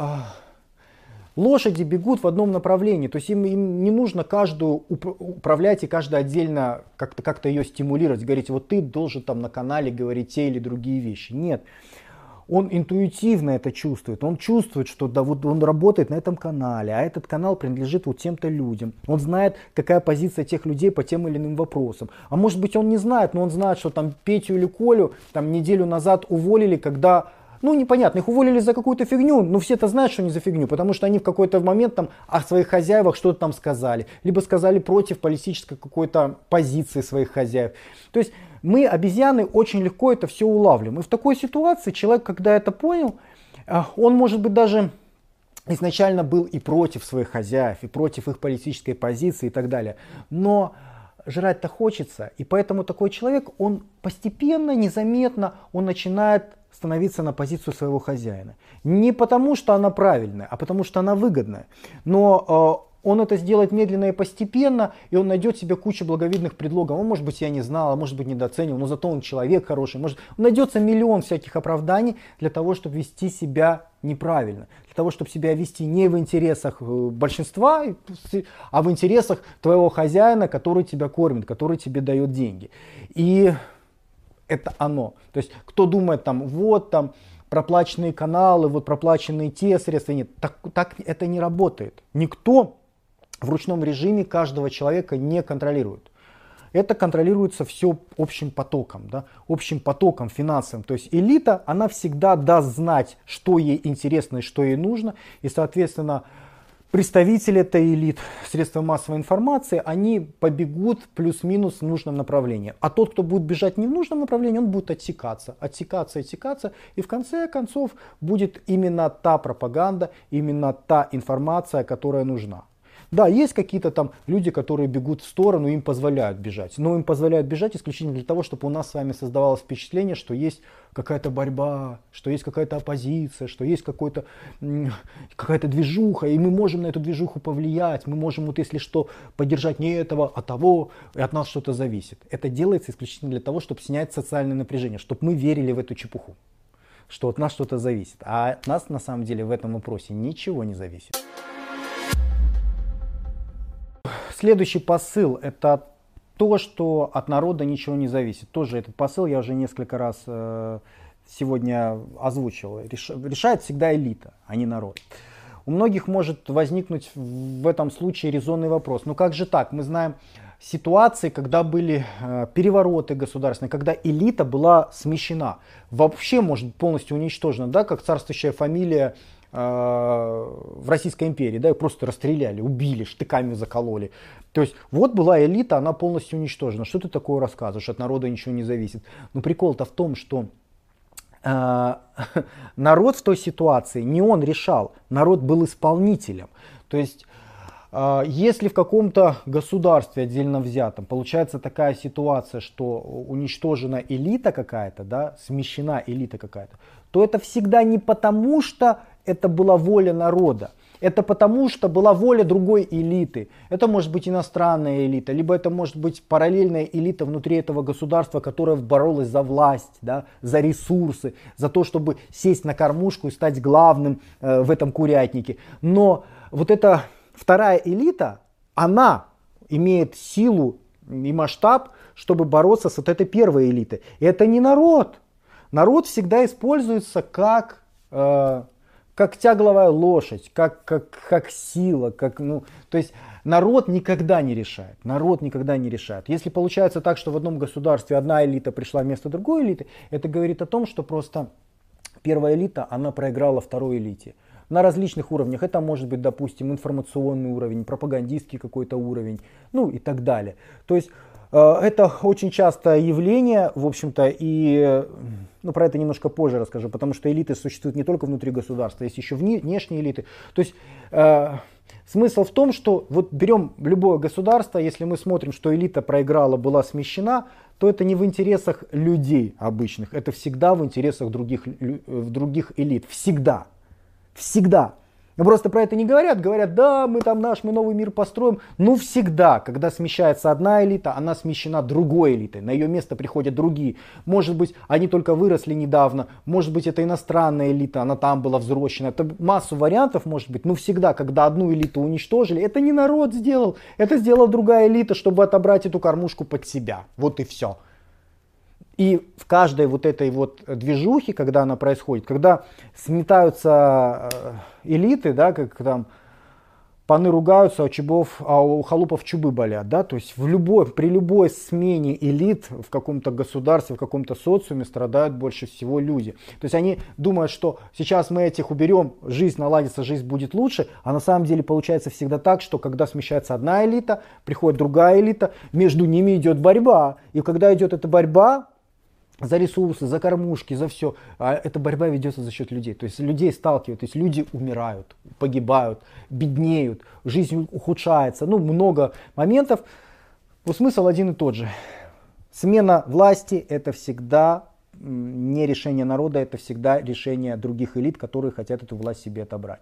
лошади бегут в одном направлении. То есть им, им не нужно каждую уп- управлять и каждую отдельно как-то, как-то ее стимулировать. Говорить, вот ты должен там на канале говорить те или другие вещи. Нет. Он интуитивно это чувствует, он чувствует, что да, вот он работает на этом канале, а этот канал принадлежит вот тем-то людям. Он знает, какая позиция тех людей по тем или иным вопросам. А может быть он не знает, но он знает, что там Петю или Колю там неделю назад уволили, когда, ну непонятно, их уволили за какую-то фигню, но все-то знают, что не за фигню, потому что они в какой-то момент там о своих хозяевах что-то там сказали, либо сказали против политической какой-то позиции своих хозяев. То есть мы, обезьяны, очень легко это все улавливаем. И в такой ситуации человек, когда это понял, он, может быть, даже изначально был и против своих хозяев, и против их политической позиции и так далее. Но жрать-то хочется, и поэтому такой человек, он постепенно, незаметно, он начинает становиться на позицию своего хозяина. Не потому, что она правильная, а потому, что она выгодная. Но он это сделает медленно и постепенно, и он найдет себе кучу благовидных предлогов. Он, может быть, я не знал, а может быть, недооценил, но зато он человек хороший. Может, найдется миллион всяких оправданий для того, чтобы вести себя неправильно. Для того, чтобы себя вести не в интересах большинства, а в интересах твоего хозяина, который тебя кормит, который тебе дает деньги. И это оно. То есть, кто думает, там, вот там, проплаченные каналы, вот проплаченные те средства, нет, так, так это не работает. Никто в ручном режиме каждого человека не контролирует. Это контролируется все общим потоком, да, общим потоком финансовым. То есть элита, она всегда даст знать, что ей интересно и что ей нужно. И, соответственно, представители этой элит, средства массовой информации, они побегут плюс-минус в нужном направлении. А тот, кто будет бежать не в нужном направлении, он будет отсекаться, отсекаться, отсекаться. И в конце концов будет именно та пропаганда, именно та информация, которая нужна. Да, есть какие-то там люди, которые бегут в сторону, им позволяют бежать. Но им позволяют бежать исключительно для того, чтобы у нас с вами создавалось впечатление, что есть какая-то борьба, что есть какая-то оппозиция, что есть какой-то, какая-то движуха, и мы можем на эту движуху повлиять, мы можем, вот если что, поддержать не этого, а того, и от нас что-то зависит. Это делается исключительно для того, чтобы снять социальное напряжение, чтобы мы верили в эту чепуху, что от нас что-то зависит. А от нас на самом деле в этом вопросе ничего не зависит. Следующий посыл — это то, что от народа ничего не зависит. Тоже этот посыл я уже несколько раз э, сегодня озвучил. Реш, решает всегда элита, а не народ. У многих может возникнуть в этом случае резонный вопрос. Ну как же так? Мы знаем ситуации, когда были э, перевороты государственные, когда элита была смещена. Вообще может быть полностью уничтожена, да, как царствующая фамилия в Российской империи, да, их просто расстреляли, убили, штыками закололи. То есть вот была элита, она полностью уничтожена. Что ты такое рассказываешь? От народа ничего не зависит. Но прикол-то в том, что э, народ в той ситуации, не он решал, народ был исполнителем. То есть э, если в каком-то государстве отдельно взятом получается такая ситуация, что уничтожена элита какая-то, да, смещена элита какая-то, то это всегда не потому, что это была воля народа. Это потому, что была воля другой элиты. Это может быть иностранная элита, либо это может быть параллельная элита внутри этого государства, которая боролась за власть, да, за ресурсы, за то, чтобы сесть на кормушку и стать главным э, в этом курятнике. Но вот эта вторая элита, она имеет силу и масштаб, чтобы бороться с вот этой первой элитой. И это не народ. Народ всегда используется как... Э, как тягловая лошадь, как, как, как сила, как, ну, то есть народ никогда не решает, народ никогда не решает. Если получается так, что в одном государстве одна элита пришла вместо другой элиты, это говорит о том, что просто первая элита, она проиграла второй элите. На различных уровнях, это может быть, допустим, информационный уровень, пропагандистский какой-то уровень, ну и так далее. То есть это очень частое явление, в общем-то, и ну, про это немножко позже расскажу, потому что элиты существуют не только внутри государства, есть еще внешние элиты. То есть э, смысл в том, что вот берем любое государство, если мы смотрим, что элита проиграла, была смещена, то это не в интересах людей обычных, это всегда в интересах других, других элит, всегда, всегда. Но просто про это не говорят, говорят, да, мы там наш, мы новый мир построим. Ну всегда, когда смещается одна элита, она смещена другой элитой, на ее место приходят другие. Может быть, они только выросли недавно, может быть, это иностранная элита, она там была взрощена. Это массу вариантов может быть, но всегда, когда одну элиту уничтожили, это не народ сделал, это сделала другая элита, чтобы отобрать эту кормушку под себя. Вот и все. И в каждой вот этой вот движухе, когда она происходит, когда сметаются элиты, да, как там паны ругаются, а, чубов, а у халупов чубы болят, да, то есть в любой, при любой смене элит в каком-то государстве, в каком-то социуме страдают больше всего люди. То есть они думают, что сейчас мы этих уберем, жизнь наладится, жизнь будет лучше, а на самом деле получается всегда так, что когда смещается одна элита, приходит другая элита, между ними идет борьба, и когда идет эта борьба, за ресурсы, за кормушки, за все. А эта борьба ведется за счет людей. То есть людей сталкивают, то есть люди умирают, погибают, беднеют, жизнь ухудшается. Ну, много моментов. Но смысл один и тот же. Смена власти — это всегда не решение народа, это всегда решение других элит, которые хотят эту власть себе отобрать.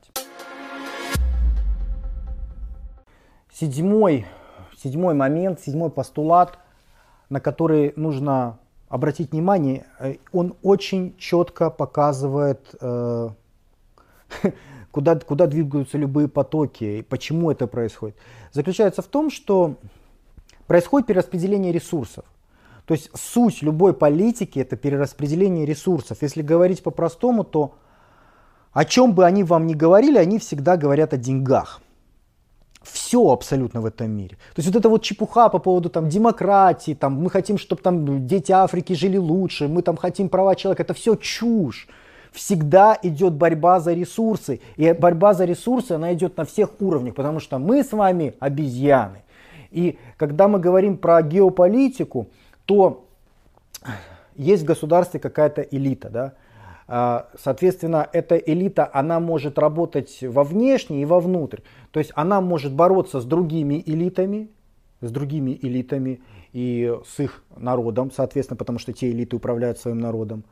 Седьмой, седьмой момент, седьмой постулат, на который нужно обратить внимание, он очень четко показывает, э, куда, куда двигаются любые потоки и почему это происходит. Заключается в том, что происходит перераспределение ресурсов. То есть суть любой политики — это перераспределение ресурсов. Если говорить по-простому, то о чем бы они вам ни говорили, они всегда говорят о деньгах. Все абсолютно в этом мире. То есть вот эта вот чепуха по поводу там демократии, там, мы хотим, чтобы там дети Африки жили лучше, мы там хотим права человека, это все чушь. Всегда идет борьба за ресурсы. И борьба за ресурсы, она идет на всех уровнях, потому что мы с вами обезьяны. И когда мы говорим про геополитику, то есть в государстве какая-то элита, да? Соответственно, эта элита, она может работать во внешне и вовнутрь. То есть она может бороться с другими элитами, с другими элитами и с их народом, соответственно, потому что те элиты управляют своим народом.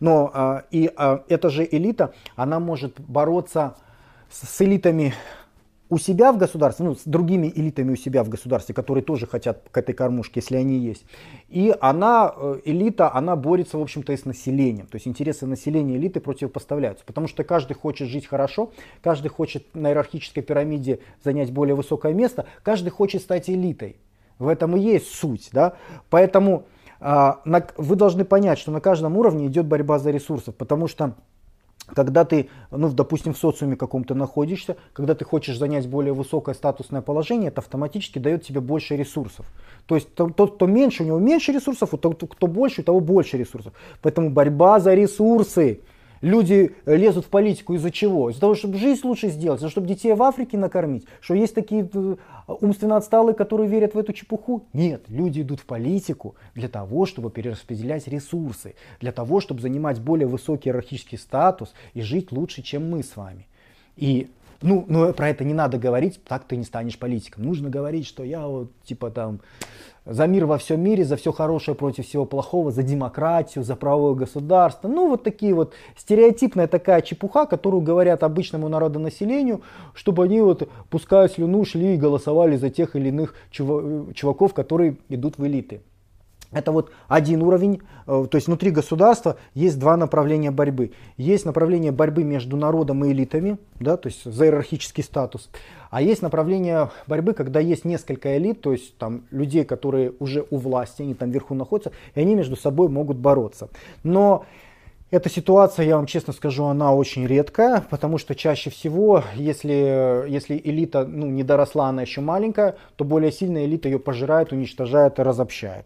Но и эта же элита, она может бороться с элитами у себя в государстве, ну, с другими элитами у себя в государстве, которые тоже хотят к этой кормушке, если они есть. И она, элита, она борется, в общем-то, и с населением. То есть интересы населения и элиты противопоставляются. Потому что каждый хочет жить хорошо, каждый хочет на иерархической пирамиде занять более высокое место, каждый хочет стать элитой. В этом и есть суть. Да? Поэтому а, на, вы должны понять, что на каждом уровне идет борьба за ресурсы. Потому что когда ты, ну, допустим, в социуме каком-то находишься, когда ты хочешь занять более высокое статусное положение, это автоматически дает тебе больше ресурсов. То есть тот, кто меньше, у него меньше ресурсов, а тот, кто больше, у того больше ресурсов. Поэтому борьба за ресурсы. Люди лезут в политику из-за чего? Из-за того, чтобы жизнь лучше сделать, из-за того, чтобы детей в Африке накормить. Что есть такие умственно отсталые, которые верят в эту чепуху? Нет, люди идут в политику для того, чтобы перераспределять ресурсы, для того, чтобы занимать более высокий иерархический статус и жить лучше, чем мы с вами. И ну, но про это не надо говорить, так ты не станешь политиком. Нужно говорить, что я вот типа там за мир во всем мире, за все хорошее против всего плохого, за демократию, за правовое государство. Ну вот такие вот стереотипная такая чепуха, которую говорят обычному народонаселению, чтобы они вот, пуская слюну, шли и голосовали за тех или иных чуваков, которые идут в элиты. Это вот один уровень, то есть внутри государства есть два направления борьбы. Есть направление борьбы между народом и элитами, да, то есть за иерархический статус. А есть направление борьбы, когда есть несколько элит, то есть там людей, которые уже у власти, они там вверху находятся, и они между собой могут бороться. Но эта ситуация, я вам честно скажу, она очень редкая, потому что чаще всего, если, если элита ну, не доросла, она еще маленькая, то более сильная элита ее пожирает, уничтожает и разобщает.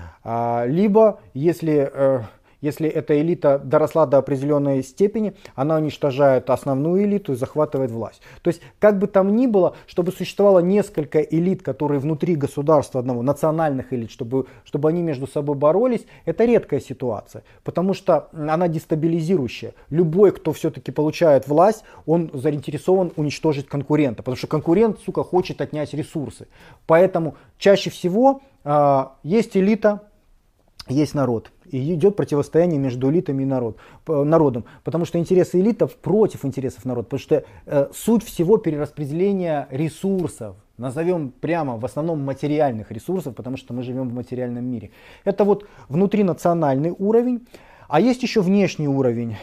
Либо, если, если эта элита доросла до определенной степени, она уничтожает основную элиту и захватывает власть. То есть, как бы там ни было, чтобы существовало несколько элит, которые внутри государства одного, национальных элит, чтобы, чтобы они между собой боролись, это редкая ситуация, потому что она дестабилизирующая. Любой, кто все-таки получает власть, он заинтересован уничтожить конкурента, потому что конкурент, сука, хочет отнять ресурсы. Поэтому чаще всего э, есть элита, есть народ. И идет противостояние между элитами и народ, народом. Потому что интересы элитов против интересов народа. Потому что э, суть всего перераспределения ресурсов, назовем прямо в основном материальных ресурсов, потому что мы живем в материальном мире. Это вот внутринациональный уровень. А есть еще внешний уровень.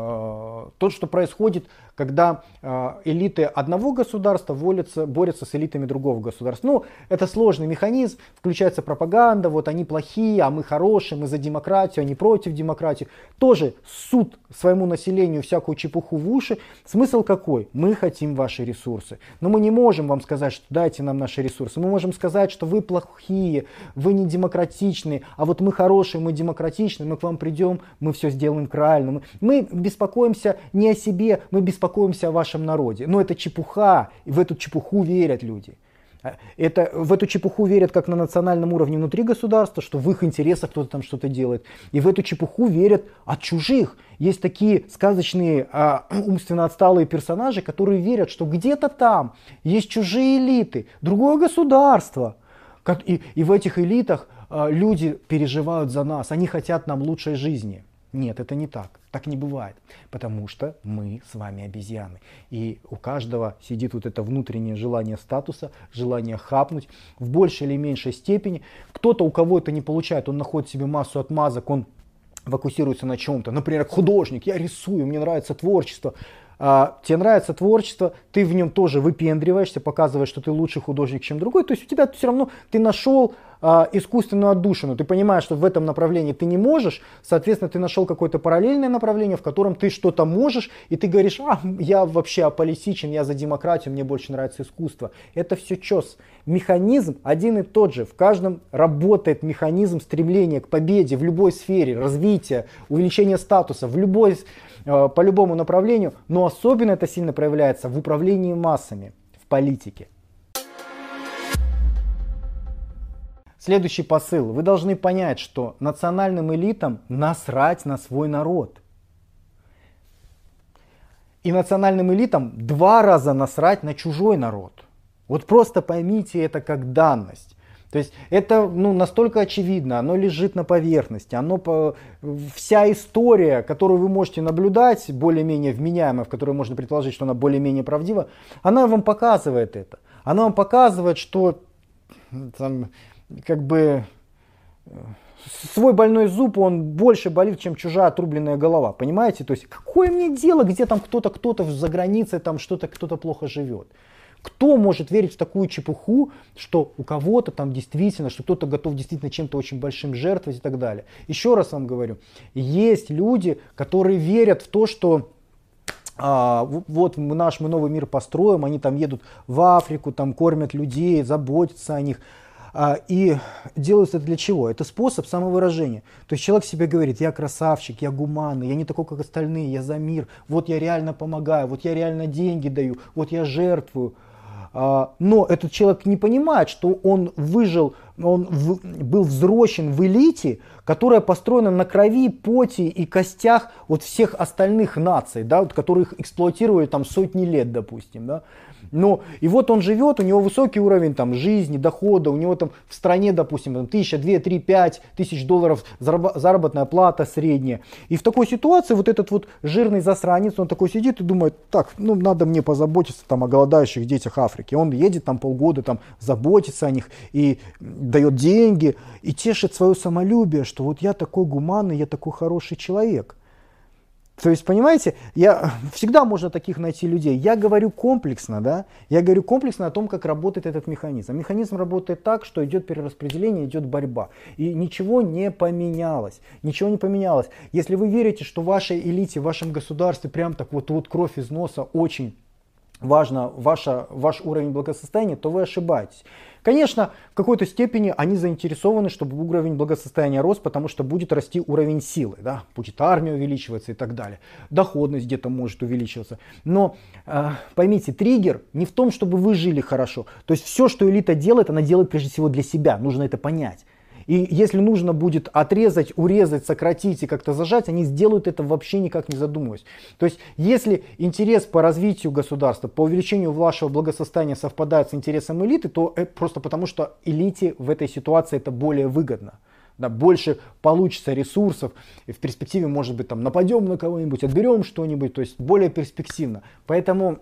Э, то, что происходит, когда э, элиты одного государства борются, борются с элитами другого государства. Ну, это сложный механизм, включается пропаганда, вот они плохие, а мы хорошие, мы за демократию, они против демократии. Тоже суд своему населению всякую чепуху в уши. Смысл какой? Мы хотим ваши ресурсы. Но мы не можем вам сказать, что дайте нам наши ресурсы. Мы можем сказать, что вы плохие, вы не демократичные, а вот мы хорошие, мы демократичные, мы к вам придем, мы все сделаем правильно. Мы беспокоимся не о себе, мы беспокоимся о вашем народе. Но это чепуха, и в эту чепуху верят люди. Это, в эту чепуху верят как на национальном уровне внутри государства, что в их интересах кто-то там что-то делает. И в эту чепуху верят от чужих. Есть такие сказочные, а, умственно отсталые персонажи, которые верят, что где-то там есть чужие элиты, другое государство. И, и в этих элитах а, люди переживают за нас, они хотят нам лучшей жизни. Нет, это не так. Так не бывает. Потому что мы с вами обезьяны. И у каждого сидит вот это внутреннее желание статуса, желание хапнуть в большей или меньшей степени. Кто-то, у кого это не получает, он находит себе массу отмазок, он фокусируется на чем-то. Например, художник, я рисую, мне нравится творчество. А, тебе нравится творчество, ты в нем тоже выпендриваешься, показываешь, что ты лучший художник, чем другой. То есть у тебя все равно ты нашел а, искусственную отдушину. Ты понимаешь, что в этом направлении ты не можешь, соответственно, ты нашел какое-то параллельное направление, в котором ты что-то можешь, и ты говоришь, а, я вообще аполитичен, я за демократию, мне больше нравится искусство. Это все чес. Механизм один и тот же. В каждом работает механизм стремления к победе в любой сфере, развития, увеличения статуса, в любой, по любому направлению, но особенно это сильно проявляется в управлении массами, в политике. Следующий посыл. Вы должны понять, что национальным элитам насрать на свой народ. И национальным элитам два раза насрать на чужой народ. Вот просто поймите это как данность. То есть это ну, настолько очевидно, оно лежит на поверхности, оно по... вся история, которую вы можете наблюдать, более-менее вменяемая, в которой можно предположить, что она более-менее правдива, она вам показывает это. Она вам показывает, что там, как бы свой больной зуб, он больше болит, чем чужая отрубленная голова, понимаете? То есть какое мне дело, где там кто-то, кто-то за границей, там что-то, кто-то плохо живет. Кто может верить в такую чепуху, что у кого-то там действительно, что кто-то готов действительно чем-то очень большим жертвовать и так далее. Еще раз вам говорю, есть люди, которые верят в то, что а, вот мы наш мы новый мир построим, они там едут в Африку, там кормят людей, заботятся о них. А, и делают это для чего? Это способ самовыражения. То есть человек себе говорит: я красавчик, я гуманный, я не такой, как остальные, я за мир, вот я реально помогаю, вот я реально деньги даю, вот я жертвую. Но этот человек не понимает, что он выжил, он в, был взросшен в элите, которая построена на крови, поте и костях вот всех остальных наций, да, вот, которых эксплуатировали там сотни лет, допустим. Да. Но, и вот он живет, у него высокий уровень там, жизни, дохода, у него там в стране, допустим, там, тысяча, две, три, пять тысяч долларов заработная плата средняя. И в такой ситуации вот этот вот жирный засранец, он такой сидит и думает: так, ну надо мне позаботиться там, о голодающих детях Африки. Он едет там полгода, там, заботится о них и дает деньги, и тешит свое самолюбие, что вот я такой гуманный, я такой хороший человек. То есть, понимаете, я, всегда можно таких найти людей. Я говорю комплексно, да, я говорю комплексно о том, как работает этот механизм. Механизм работает так, что идет перераспределение, идет борьба. И ничего не поменялось, ничего не поменялось. Если вы верите, что в вашей элите, в вашем государстве прям так вот, вот кровь из носа очень важно ваша, ваш уровень благосостояния, то вы ошибаетесь. Конечно, в какой-то степени они заинтересованы, чтобы уровень благосостояния рос, потому что будет расти уровень силы, да? Будет армия увеличиваться и так далее. Доходность где-то может увеличиваться. Но э, поймите, триггер не в том, чтобы вы жили хорошо. То есть все, что элита делает, она делает прежде всего для себя. Нужно это понять. И если нужно будет отрезать, урезать, сократить и как-то зажать, они сделают это вообще никак не задумываясь. То есть если интерес по развитию государства, по увеличению вашего благосостояния совпадает с интересом элиты, то это просто потому, что элите в этой ситуации это более выгодно. Да, больше получится ресурсов, и в перспективе, может быть, там, нападем на кого-нибудь, отберем что-нибудь, то есть более перспективно. Поэтому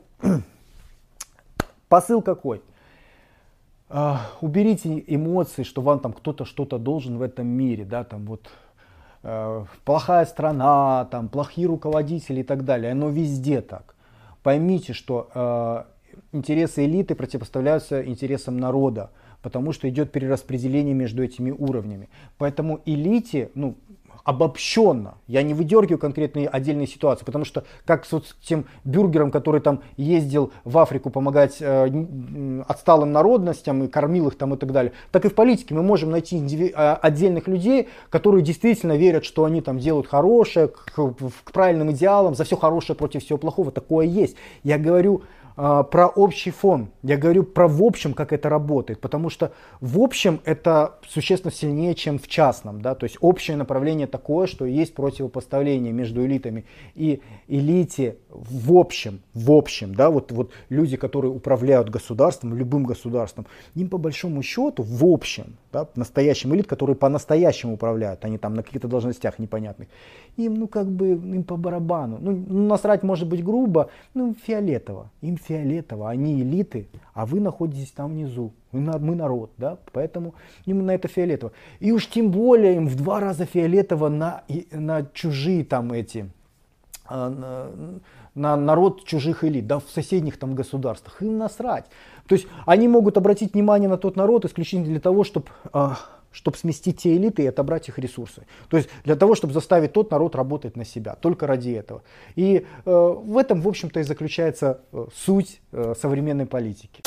посыл какой? Uh, уберите эмоции, что вам там кто-то что-то должен в этом мире, да, там вот uh, плохая страна, там плохие руководители и так далее, оно везде так. Поймите, что uh, интересы элиты противопоставляются интересам народа, потому что идет перераспределение между этими уровнями. Поэтому элите, ну, обобщенно, я не выдергиваю конкретные отдельные ситуации, потому что как с вот тем бюргером, который там ездил в Африку помогать э, отсталым народностям и кормил их там и так далее, так и в политике мы можем найти индиви- отдельных людей, которые действительно верят, что они там делают хорошее, к, к правильным идеалам, за все хорошее против всего плохого. Такое есть. Я говорю про общий фон, я говорю про в общем, как это работает, потому что в общем это существенно сильнее, чем в частном, да, то есть общее направление такое, что есть противопоставление между элитами и элите в общем, в общем, да, вот, вот люди, которые управляют государством, любым государством, им по большому счету в общем, да, настоящим элит, которые по-настоящему управляют, они там на каких-то должностях непонятных, им, ну, как бы, им по барабану, ну, насрать может быть грубо, ну, фиолетово, им фиолетово, они элиты, а вы находитесь там внизу, мы народ, да, поэтому им на это фиолетово. И уж тем более им в два раза фиолетово на, на чужие там эти, на, на народ чужих элит, да, в соседних там государствах, им насрать. То есть они могут обратить внимание на тот народ исключительно для того, чтобы... чтобы сместить те элиты и отобрать их ресурсы. То есть для того, чтобы заставить тот народ работать на себя, только ради этого. И э, в этом, в общем-то, и заключается э, суть э, современной политики.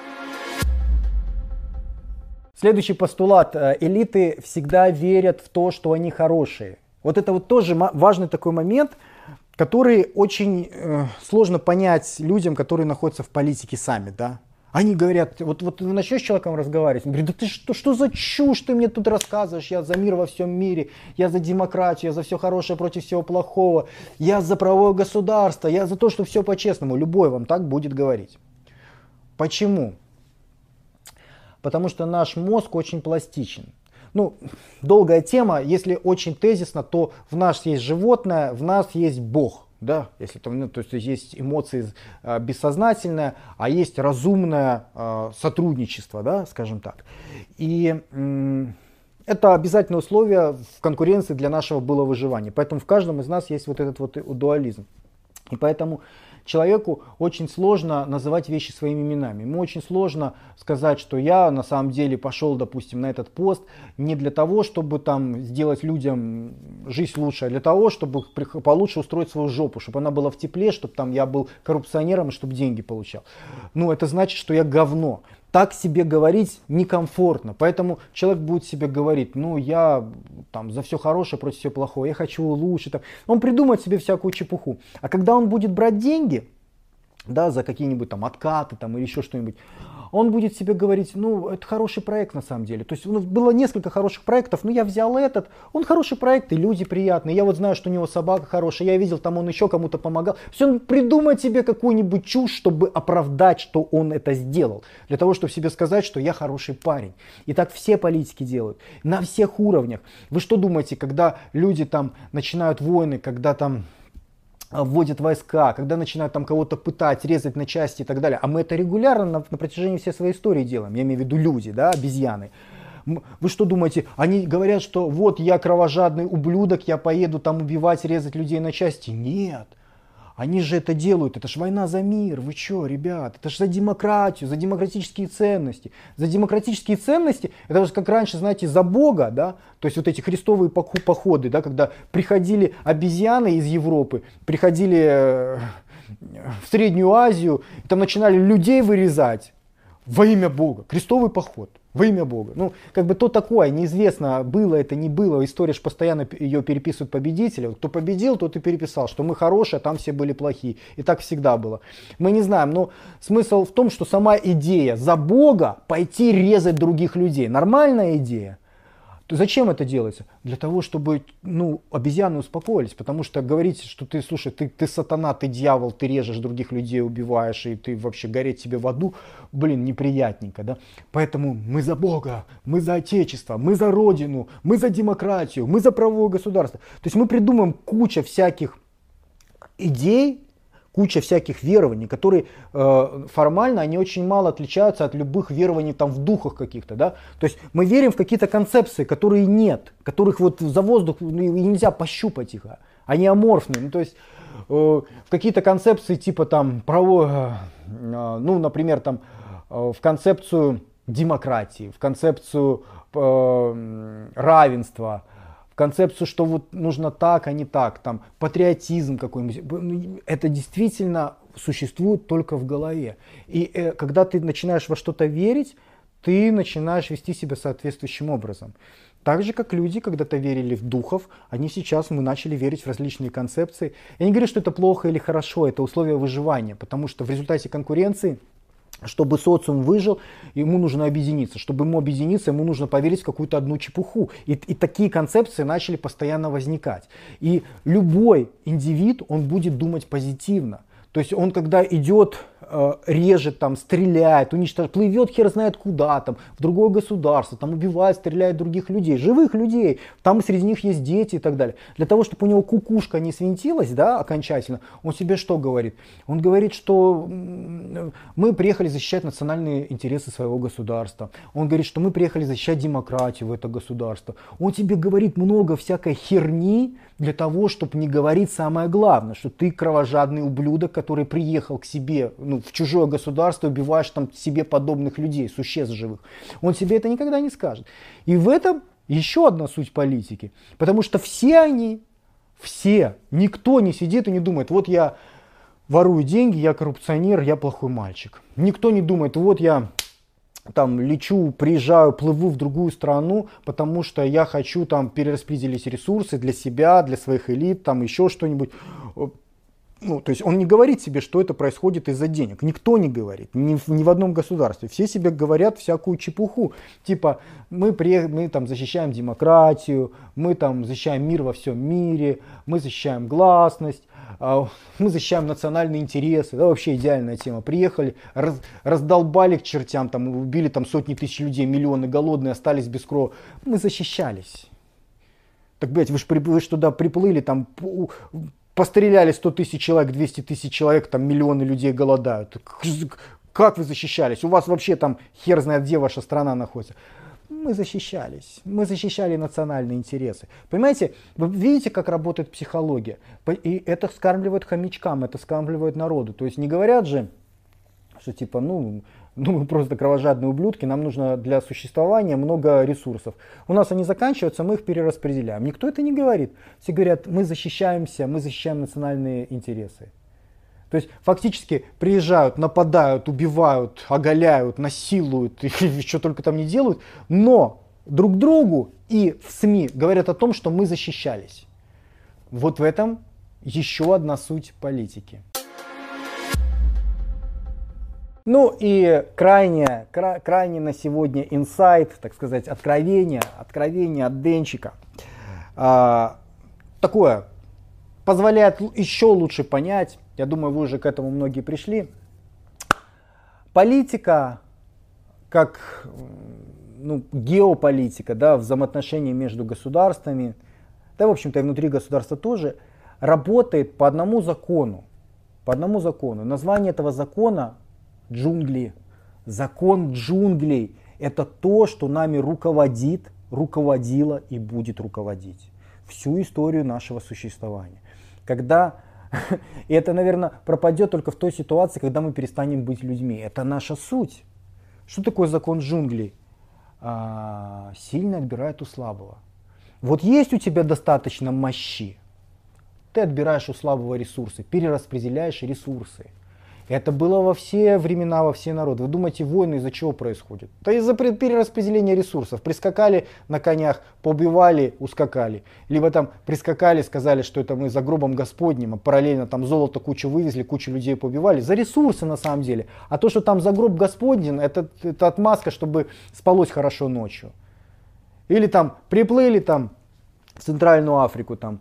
Следующий постулат. Элиты всегда верят в то, что они хорошие. Вот это вот тоже важный такой момент, который очень э, сложно понять людям, которые находятся в политике сами, да. Они говорят, вот, вот вы начнешь с человеком разговаривать, он говорит, да ты что, что за чушь ты мне тут рассказываешь, я за мир во всем мире, я за демократию, я за все хорошее против всего плохого, я за правовое государство, я за то, что все по-честному. Любой вам так будет говорить. Почему? Потому что наш мозг очень пластичен. Ну, долгая тема, если очень тезисно, то в нас есть животное, в нас есть Бог. Да, если там, ну, то есть есть эмоции э, бессознательное, а есть разумное э, сотрудничество, да, скажем так. И э, это обязательное условие в конкуренции для нашего было выживания. Поэтому в каждом из нас есть вот этот вот дуализм. И поэтому человеку очень сложно называть вещи своими именами. Ему очень сложно сказать, что я на самом деле пошел, допустим, на этот пост не для того, чтобы там сделать людям жизнь лучше, а для того, чтобы получше устроить свою жопу, чтобы она была в тепле, чтобы там я был коррупционером и чтобы деньги получал. Ну, это значит, что я говно. Так себе говорить некомфортно, поэтому человек будет себе говорить, ну я там за все хорошее против всего плохого, я хочу лучше. Так. Он придумает себе всякую чепуху. А когда он будет брать деньги, да, за какие-нибудь там откаты там, или еще что-нибудь, он будет себе говорить, ну это хороший проект на самом деле. То есть ну, было несколько хороших проектов, но я взял этот, он хороший проект, и люди приятные. Я вот знаю, что у него собака хорошая, я видел, там он еще кому-то помогал. Все, он придумает себе какую-нибудь чушь, чтобы оправдать, что он это сделал. Для того, чтобы себе сказать, что я хороший парень. И так все политики делают, на всех уровнях. Вы что думаете, когда люди там начинают войны, когда там вводят войска, когда начинают там кого-то пытать, резать на части и так далее. А мы это регулярно на, на протяжении всей своей истории делаем. Я имею в виду люди, да, обезьяны. Вы что думаете, они говорят, что вот я кровожадный ублюдок, я поеду там убивать, резать людей на части? Нет. Они же это делают, это же война за мир, вы что, ребят, это же за демократию, за демократические ценности. За демократические ценности, это же как раньше, знаете, за Бога, да, то есть вот эти христовые походы, да, когда приходили обезьяны из Европы, приходили в Среднюю Азию, и там начинали людей вырезать во имя Бога, крестовый поход. Во имя Бога. Ну, как бы то такое, неизвестно, было это, не было. История же постоянно ее переписывают победители. Кто победил, тот и переписал, что мы хорошие, а там все были плохие. И так всегда было. Мы не знаем, но смысл в том, что сама идея за Бога пойти резать других людей. Нормальная идея. Зачем это делается? Для того, чтобы ну, обезьяны успокоились. Потому что говорить, что ты, слушай, ты, ты сатана, ты дьявол, ты режешь других людей, убиваешь, и ты вообще гореть тебе в аду, блин, неприятненько, да? Поэтому мы за Бога, мы за Отечество, мы за Родину, мы за демократию, мы за правовое государство. То есть мы придумаем кучу всяких идей, куча всяких верований, которые э, формально, они очень мало отличаются от любых верований там в духах каких-то, да. То есть мы верим в какие-то концепции, которые нет, которых вот за воздух ну, нельзя пощупать их, они аморфные. Ну, то есть э, в какие-то концепции типа там право, э, ну, например, там э, в концепцию демократии, в концепцию э, равенства, концепцию, что вот нужно так, а не так, там, патриотизм какой-нибудь, это действительно существует только в голове. И э, когда ты начинаешь во что-то верить, ты начинаешь вести себя соответствующим образом. Так же, как люди когда-то верили в духов, они сейчас, мы начали верить в различные концепции. Я не говорю, что это плохо или хорошо, это условия выживания, потому что в результате конкуренции, чтобы социум выжил, ему нужно объединиться. Чтобы ему объединиться, ему нужно поверить в какую-то одну чепуху. И, и такие концепции начали постоянно возникать. И любой индивид, он будет думать позитивно. То есть он, когда идет, э, режет, там, стреляет, уничтожает, плывет хер знает куда, там, в другое государство, там, убивает, стреляет других людей, живых людей, там среди них есть дети и так далее. Для того, чтобы у него кукушка не свинтилась, да, окончательно, он себе что говорит? Он говорит, что мы приехали защищать национальные интересы своего государства. Он говорит, что мы приехали защищать демократию в это государство. Он тебе говорит много всякой херни для того, чтобы не говорить самое главное, что ты кровожадный ублюдок, который приехал к себе, ну, в чужое государство, убиваешь там себе подобных людей, существ живых. Он себе это никогда не скажет. И в этом еще одна суть политики. Потому что все они, все, никто не сидит и не думает, вот я ворую деньги, я коррупционер, я плохой мальчик. Никто не думает, вот я там лечу, приезжаю, плыву в другую страну, потому что я хочу там перераспределить ресурсы для себя, для своих элит, там еще что-нибудь. Ну, то есть он не говорит себе, что это происходит из-за денег. Никто не говорит, ни в, ни в одном государстве. Все себе говорят всякую чепуху. Типа, мы, при, мы там защищаем демократию, мы там защищаем мир во всем мире, мы защищаем гласность, мы защищаем национальные интересы. Да, вообще идеальная тема. Приехали, раз, раздолбали к чертям, там, убили там, сотни тысяч людей, миллионы голодные, остались без крови. Мы защищались. Так, блядь, вы же вы ж туда приплыли, там... Постреляли сто тысяч человек, двести тысяч человек, там миллионы людей голодают. Как вы защищались? У вас вообще там хер знает, где ваша страна находится. Мы защищались. Мы защищали национальные интересы. Понимаете, вы видите, как работает психология? И это скармливает хомячкам, это скармливает народу. То есть не говорят же, что типа, ну... Ну, мы просто кровожадные ублюдки, нам нужно для существования много ресурсов. У нас они заканчиваются, мы их перераспределяем. Никто это не говорит. Все говорят, мы защищаемся, мы защищаем национальные интересы. То есть фактически приезжают, нападают, убивают, оголяют, насилуют, и что только там не делают, но друг другу и в СМИ говорят о том, что мы защищались. Вот в этом еще одна суть политики. Ну и крайне, кра, крайне на сегодня инсайт, так сказать, откровение, откровение от Денчика. А, такое позволяет еще лучше понять, я думаю, вы уже к этому многие пришли. Политика, как ну, геополитика, да, взаимоотношения между государствами, да, в общем-то и внутри государства тоже, работает по одному закону. По одному закону. Название этого закона джунгли. Закон джунглей. Это то, что нами руководит, руководило и будет руководить всю историю нашего существования. Когда и это, наверное, пропадет только в той ситуации, когда мы перестанем быть людьми. Это наша суть. Что такое закон джунглей? А, сильный отбирает у слабого. Вот есть у тебя достаточно мощи, ты отбираешь у слабого ресурсы, перераспределяешь ресурсы. Это было во все времена, во все народы. Вы думаете, войны из-за чего происходят? Да из-за перераспределения ресурсов. Прискакали на конях, побивали, ускакали. Либо там прискакали, сказали, что это мы за гробом Господним, а параллельно там золото кучу вывезли, кучу людей побивали. За ресурсы на самом деле. А то, что там за гроб Господень, это, это отмазка, чтобы спалось хорошо ночью. Или там приплыли там в Центральную Африку, там...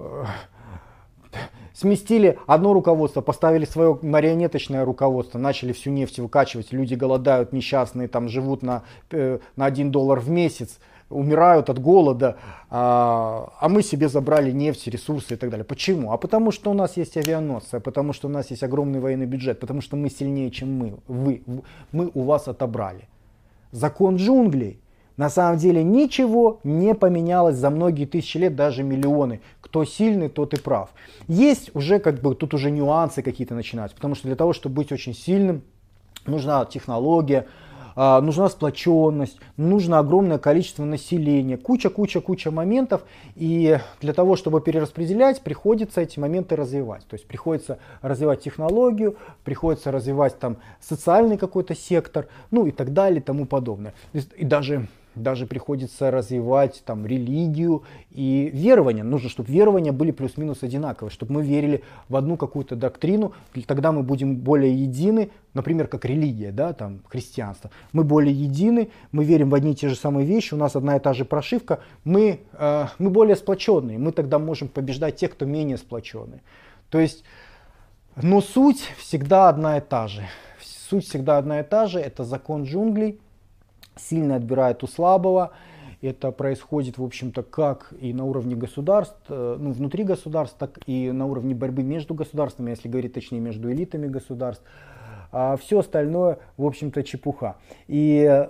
Сместили одно руководство, поставили свое марионеточное руководство, начали всю нефть выкачивать, люди голодают, несчастные, там живут на, э, на один доллар в месяц, умирают от голода, а, а мы себе забрали нефть, ресурсы и так далее. Почему? А потому что у нас есть авианосцы, потому что у нас есть огромный военный бюджет, потому что мы сильнее, чем мы, вы, мы у вас отобрали. Закон джунглей. На самом деле ничего не поменялось за многие тысячи лет, даже миллионы. Кто сильный, тот и прав. Есть уже как бы тут уже нюансы какие-то начинаются, потому что для того, чтобы быть очень сильным, нужна технология, нужна сплоченность, нужно огромное количество населения, куча-куча-куча моментов. И для того, чтобы перераспределять, приходится эти моменты развивать. То есть приходится развивать технологию, приходится развивать там социальный какой-то сектор, ну и так далее и тому подобное. И даже... Даже приходится развивать там религию и верования. Нужно, чтобы верования были плюс-минус одинаковые, чтобы мы верили в одну какую-то доктрину, тогда мы будем более едины, например, как религия, да, там, христианство. Мы более едины, мы верим в одни и те же самые вещи, у нас одна и та же прошивка, мы, э, мы более сплоченные, мы тогда можем побеждать тех, кто менее сплоченный. То есть, но суть всегда одна и та же. Суть всегда одна и та же, это закон джунглей. Сильно отбирает у слабого. Это происходит, в общем-то, как и на уровне государств, ну, внутри государств, так и на уровне борьбы между государствами, если говорить точнее, между элитами государств. А все остальное, в общем-то, чепуха. И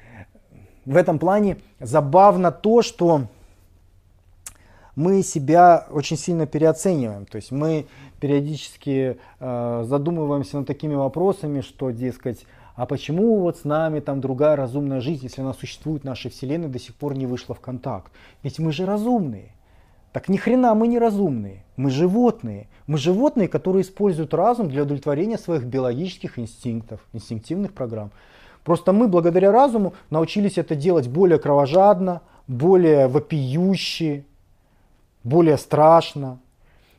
в этом плане забавно то, что мы себя очень сильно переоцениваем. То есть мы периодически э, задумываемся над такими вопросами, что, дескать, а почему вот с нами там другая разумная жизнь, если она существует в нашей вселенной, до сих пор не вышла в контакт? Ведь мы же разумные. Так ни хрена мы не разумные. Мы животные. Мы животные, которые используют разум для удовлетворения своих биологических инстинктов, инстинктивных программ. Просто мы благодаря разуму научились это делать более кровожадно, более вопиюще, более страшно.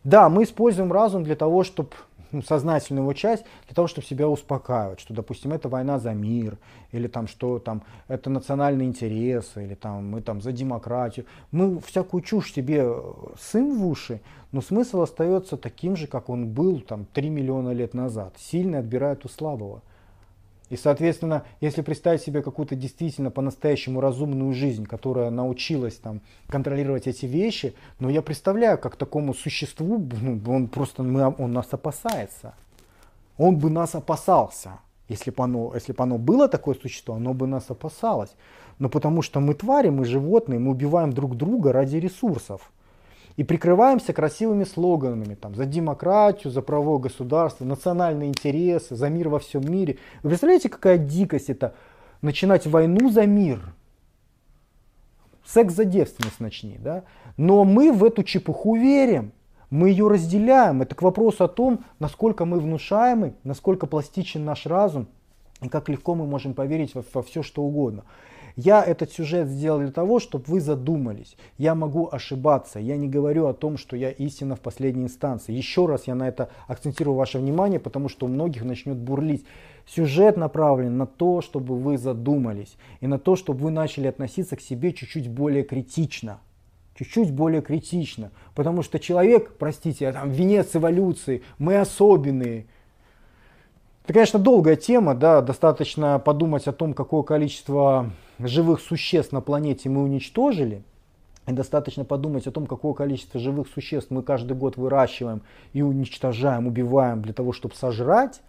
Да, мы используем разум для того, чтобы, ну, сознательную его часть, для того, чтобы себя успокаивать, что, допустим, это война за мир, или там, что там, это национальные интересы, или там, мы там за демократию. Мы всякую чушь себе сым в уши, но смысл остается таким же, как он был там три миллиона лет назад. Сильный отбирает у слабого. И, соответственно, если представить себе какую-то действительно по-настоящему разумную жизнь, которая научилась там контролировать эти вещи, но я представляю, как такому существу, ну, он просто, он нас опасается. Он бы нас опасался. Если бы оно, если бы оно было такое существо, оно бы нас опасалось. Но потому что мы твари, мы животные, мы убиваем друг друга ради ресурсов. И прикрываемся красивыми слоганами там, за демократию, за правовое государство, национальные интересы, за мир во всем мире. Вы представляете, какая дикость это? Начинать войну за мир. Секс за девственность начни. Да? Но мы в эту чепуху верим. Мы ее разделяем. Это к вопросу о том, насколько мы внушаемы, насколько пластичен наш разум и как легко мы можем поверить во, во все, что угодно. Я этот сюжет сделал для того, чтобы вы задумались. Я могу ошибаться. Я не говорю о том, что я истина в последней инстанции. Еще раз я на это акцентирую ваше внимание, потому что у многих начнет бурлить. Сюжет направлен на то, чтобы вы задумались. И на то, чтобы вы начали относиться к себе чуть-чуть более критично. Чуть-чуть более критично. Потому что человек, простите, там, венец эволюции, мы особенные. Это, конечно, долгая тема, да, достаточно подумать о том, какое количество живых существ на планете мы уничтожили, и достаточно подумать о том, какое количество живых существ мы каждый год выращиваем и уничтожаем, убиваем для того, чтобы сожрать.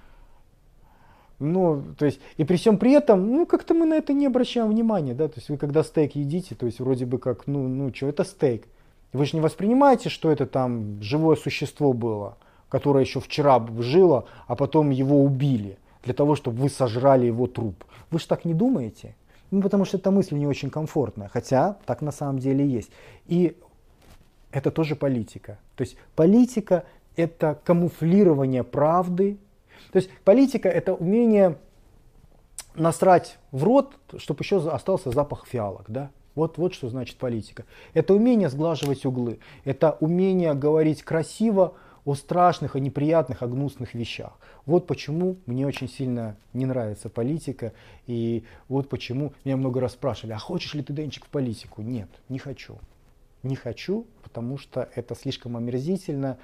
Ну, то есть, и при всем при этом, ну, как-то мы на это не обращаем внимания, да, то есть вы когда стейк едите, то есть вроде бы как, ну, ну, что, это стейк. Вы же не воспринимаете, что это там живое существо было, которое еще вчера жило, а потом его убили, для того, чтобы вы сожрали его труп. Вы же так не думаете? Ну, потому что эта мысль не очень комфортная, хотя так на самом деле есть. И это тоже политика. То есть политика — это камуфлирование правды. То есть политика — это умение насрать в рот, чтобы еще остался запах фиалок, да? Вот, вот что значит политика. Это умение сглаживать углы, это умение говорить красиво о страшных, о неприятных, о гнусных вещах. Вот почему мне очень сильно не нравится политика, и вот почему меня много раз спрашивали, а хочешь ли ты, Денчик, в политику? Нет, не хочу. Не хочу, потому что это слишком омерзительно.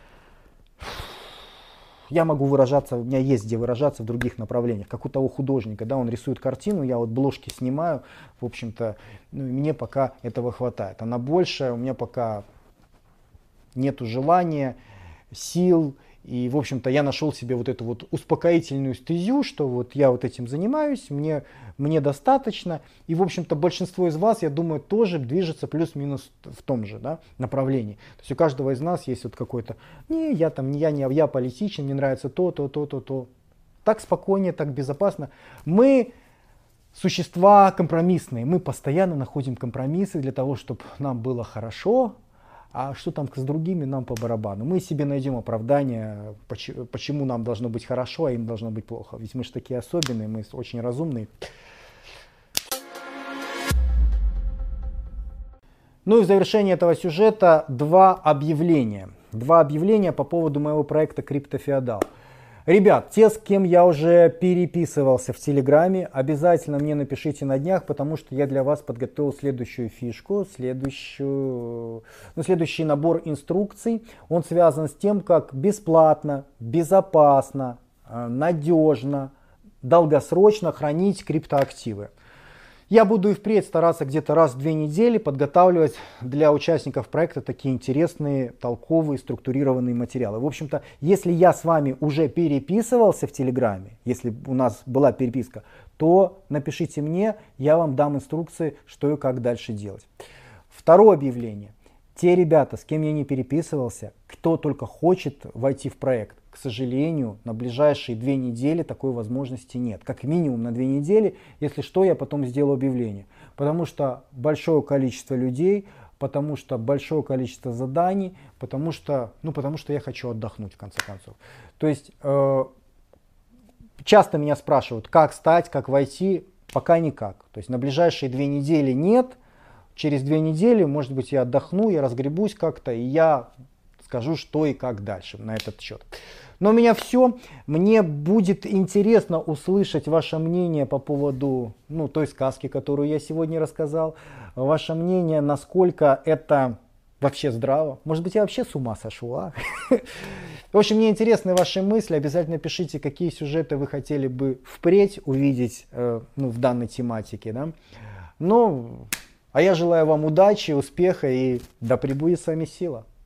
Я могу выражаться, у меня есть где выражаться в других направлениях, как у того художника, да, он рисует картину, я вот бложки снимаю, в общем-то, ну, мне пока этого хватает. А на большее у меня пока нету желания, сил, и, в общем-то, я нашел себе вот эту вот успокоительную стезю, что вот я вот этим занимаюсь, мне, мне достаточно, и, в общем-то, большинство из вас, я думаю, тоже движется плюс-минус в том же, да, направлении. То есть у каждого из нас есть вот какой-то, не, я там, не я, не я политичен, мне нравится то, то, то, то, то. Так спокойнее, так безопасно. Мы существа компромиссные, мы постоянно находим компромиссы для того, чтобы нам было хорошо. А что там с другими, нам по барабану. Мы себе найдем оправдание, почему нам должно быть хорошо, а им должно быть плохо. Ведь мы же такие особенные, мы очень разумные. Ну и в завершение этого сюжета два объявления. Два объявления по поводу моего проекта «Криптофеодал». Ребят, те, с кем я уже переписывался в Телеграме, обязательно мне напишите на днях, потому что я для вас подготовил следующую фишку, следующую, ну, следующий набор инструкций. Он связан с тем, как бесплатно, безопасно, надежно, долгосрочно хранить криптоактивы. Я буду и впредь стараться где-то раз в две недели подготавливать для участников проекта такие интересные, толковые, структурированные материалы. В общем-то, если я с вами уже переписывался в Телеграме, если у нас была переписка, то напишите мне, я вам дам инструкции, что и как дальше делать. Второе объявление. Те ребята, с кем я не переписывался, кто только хочет войти в проект, к сожалению, на ближайшие две недели такой возможности нет. Как минимум на две недели, если что, я потом сделаю объявление. Потому что большое количество людей, потому что большое количество заданий, потому что, ну, потому что я хочу отдохнуть в конце концов. То есть э, часто меня спрашивают, как стать, как войти, пока никак. То есть на ближайшие две недели нет. Через две недели, может быть, я отдохну, я разгребусь как-то, и я, скажу, что и как дальше на этот счет. Но у меня все. Мне будет интересно услышать ваше мнение по поводу ну, той сказки, которую я сегодня рассказал. Ваше мнение, насколько это вообще здраво. Может быть, я вообще с ума сошла. В общем, мне интересны ваши мысли. Обязательно пишите, какие сюжеты вы хотели бы впредь увидеть э, ну, в данной тематике. Да? Ну, а я желаю вам удачи, успеха и да пребудет с вами сила.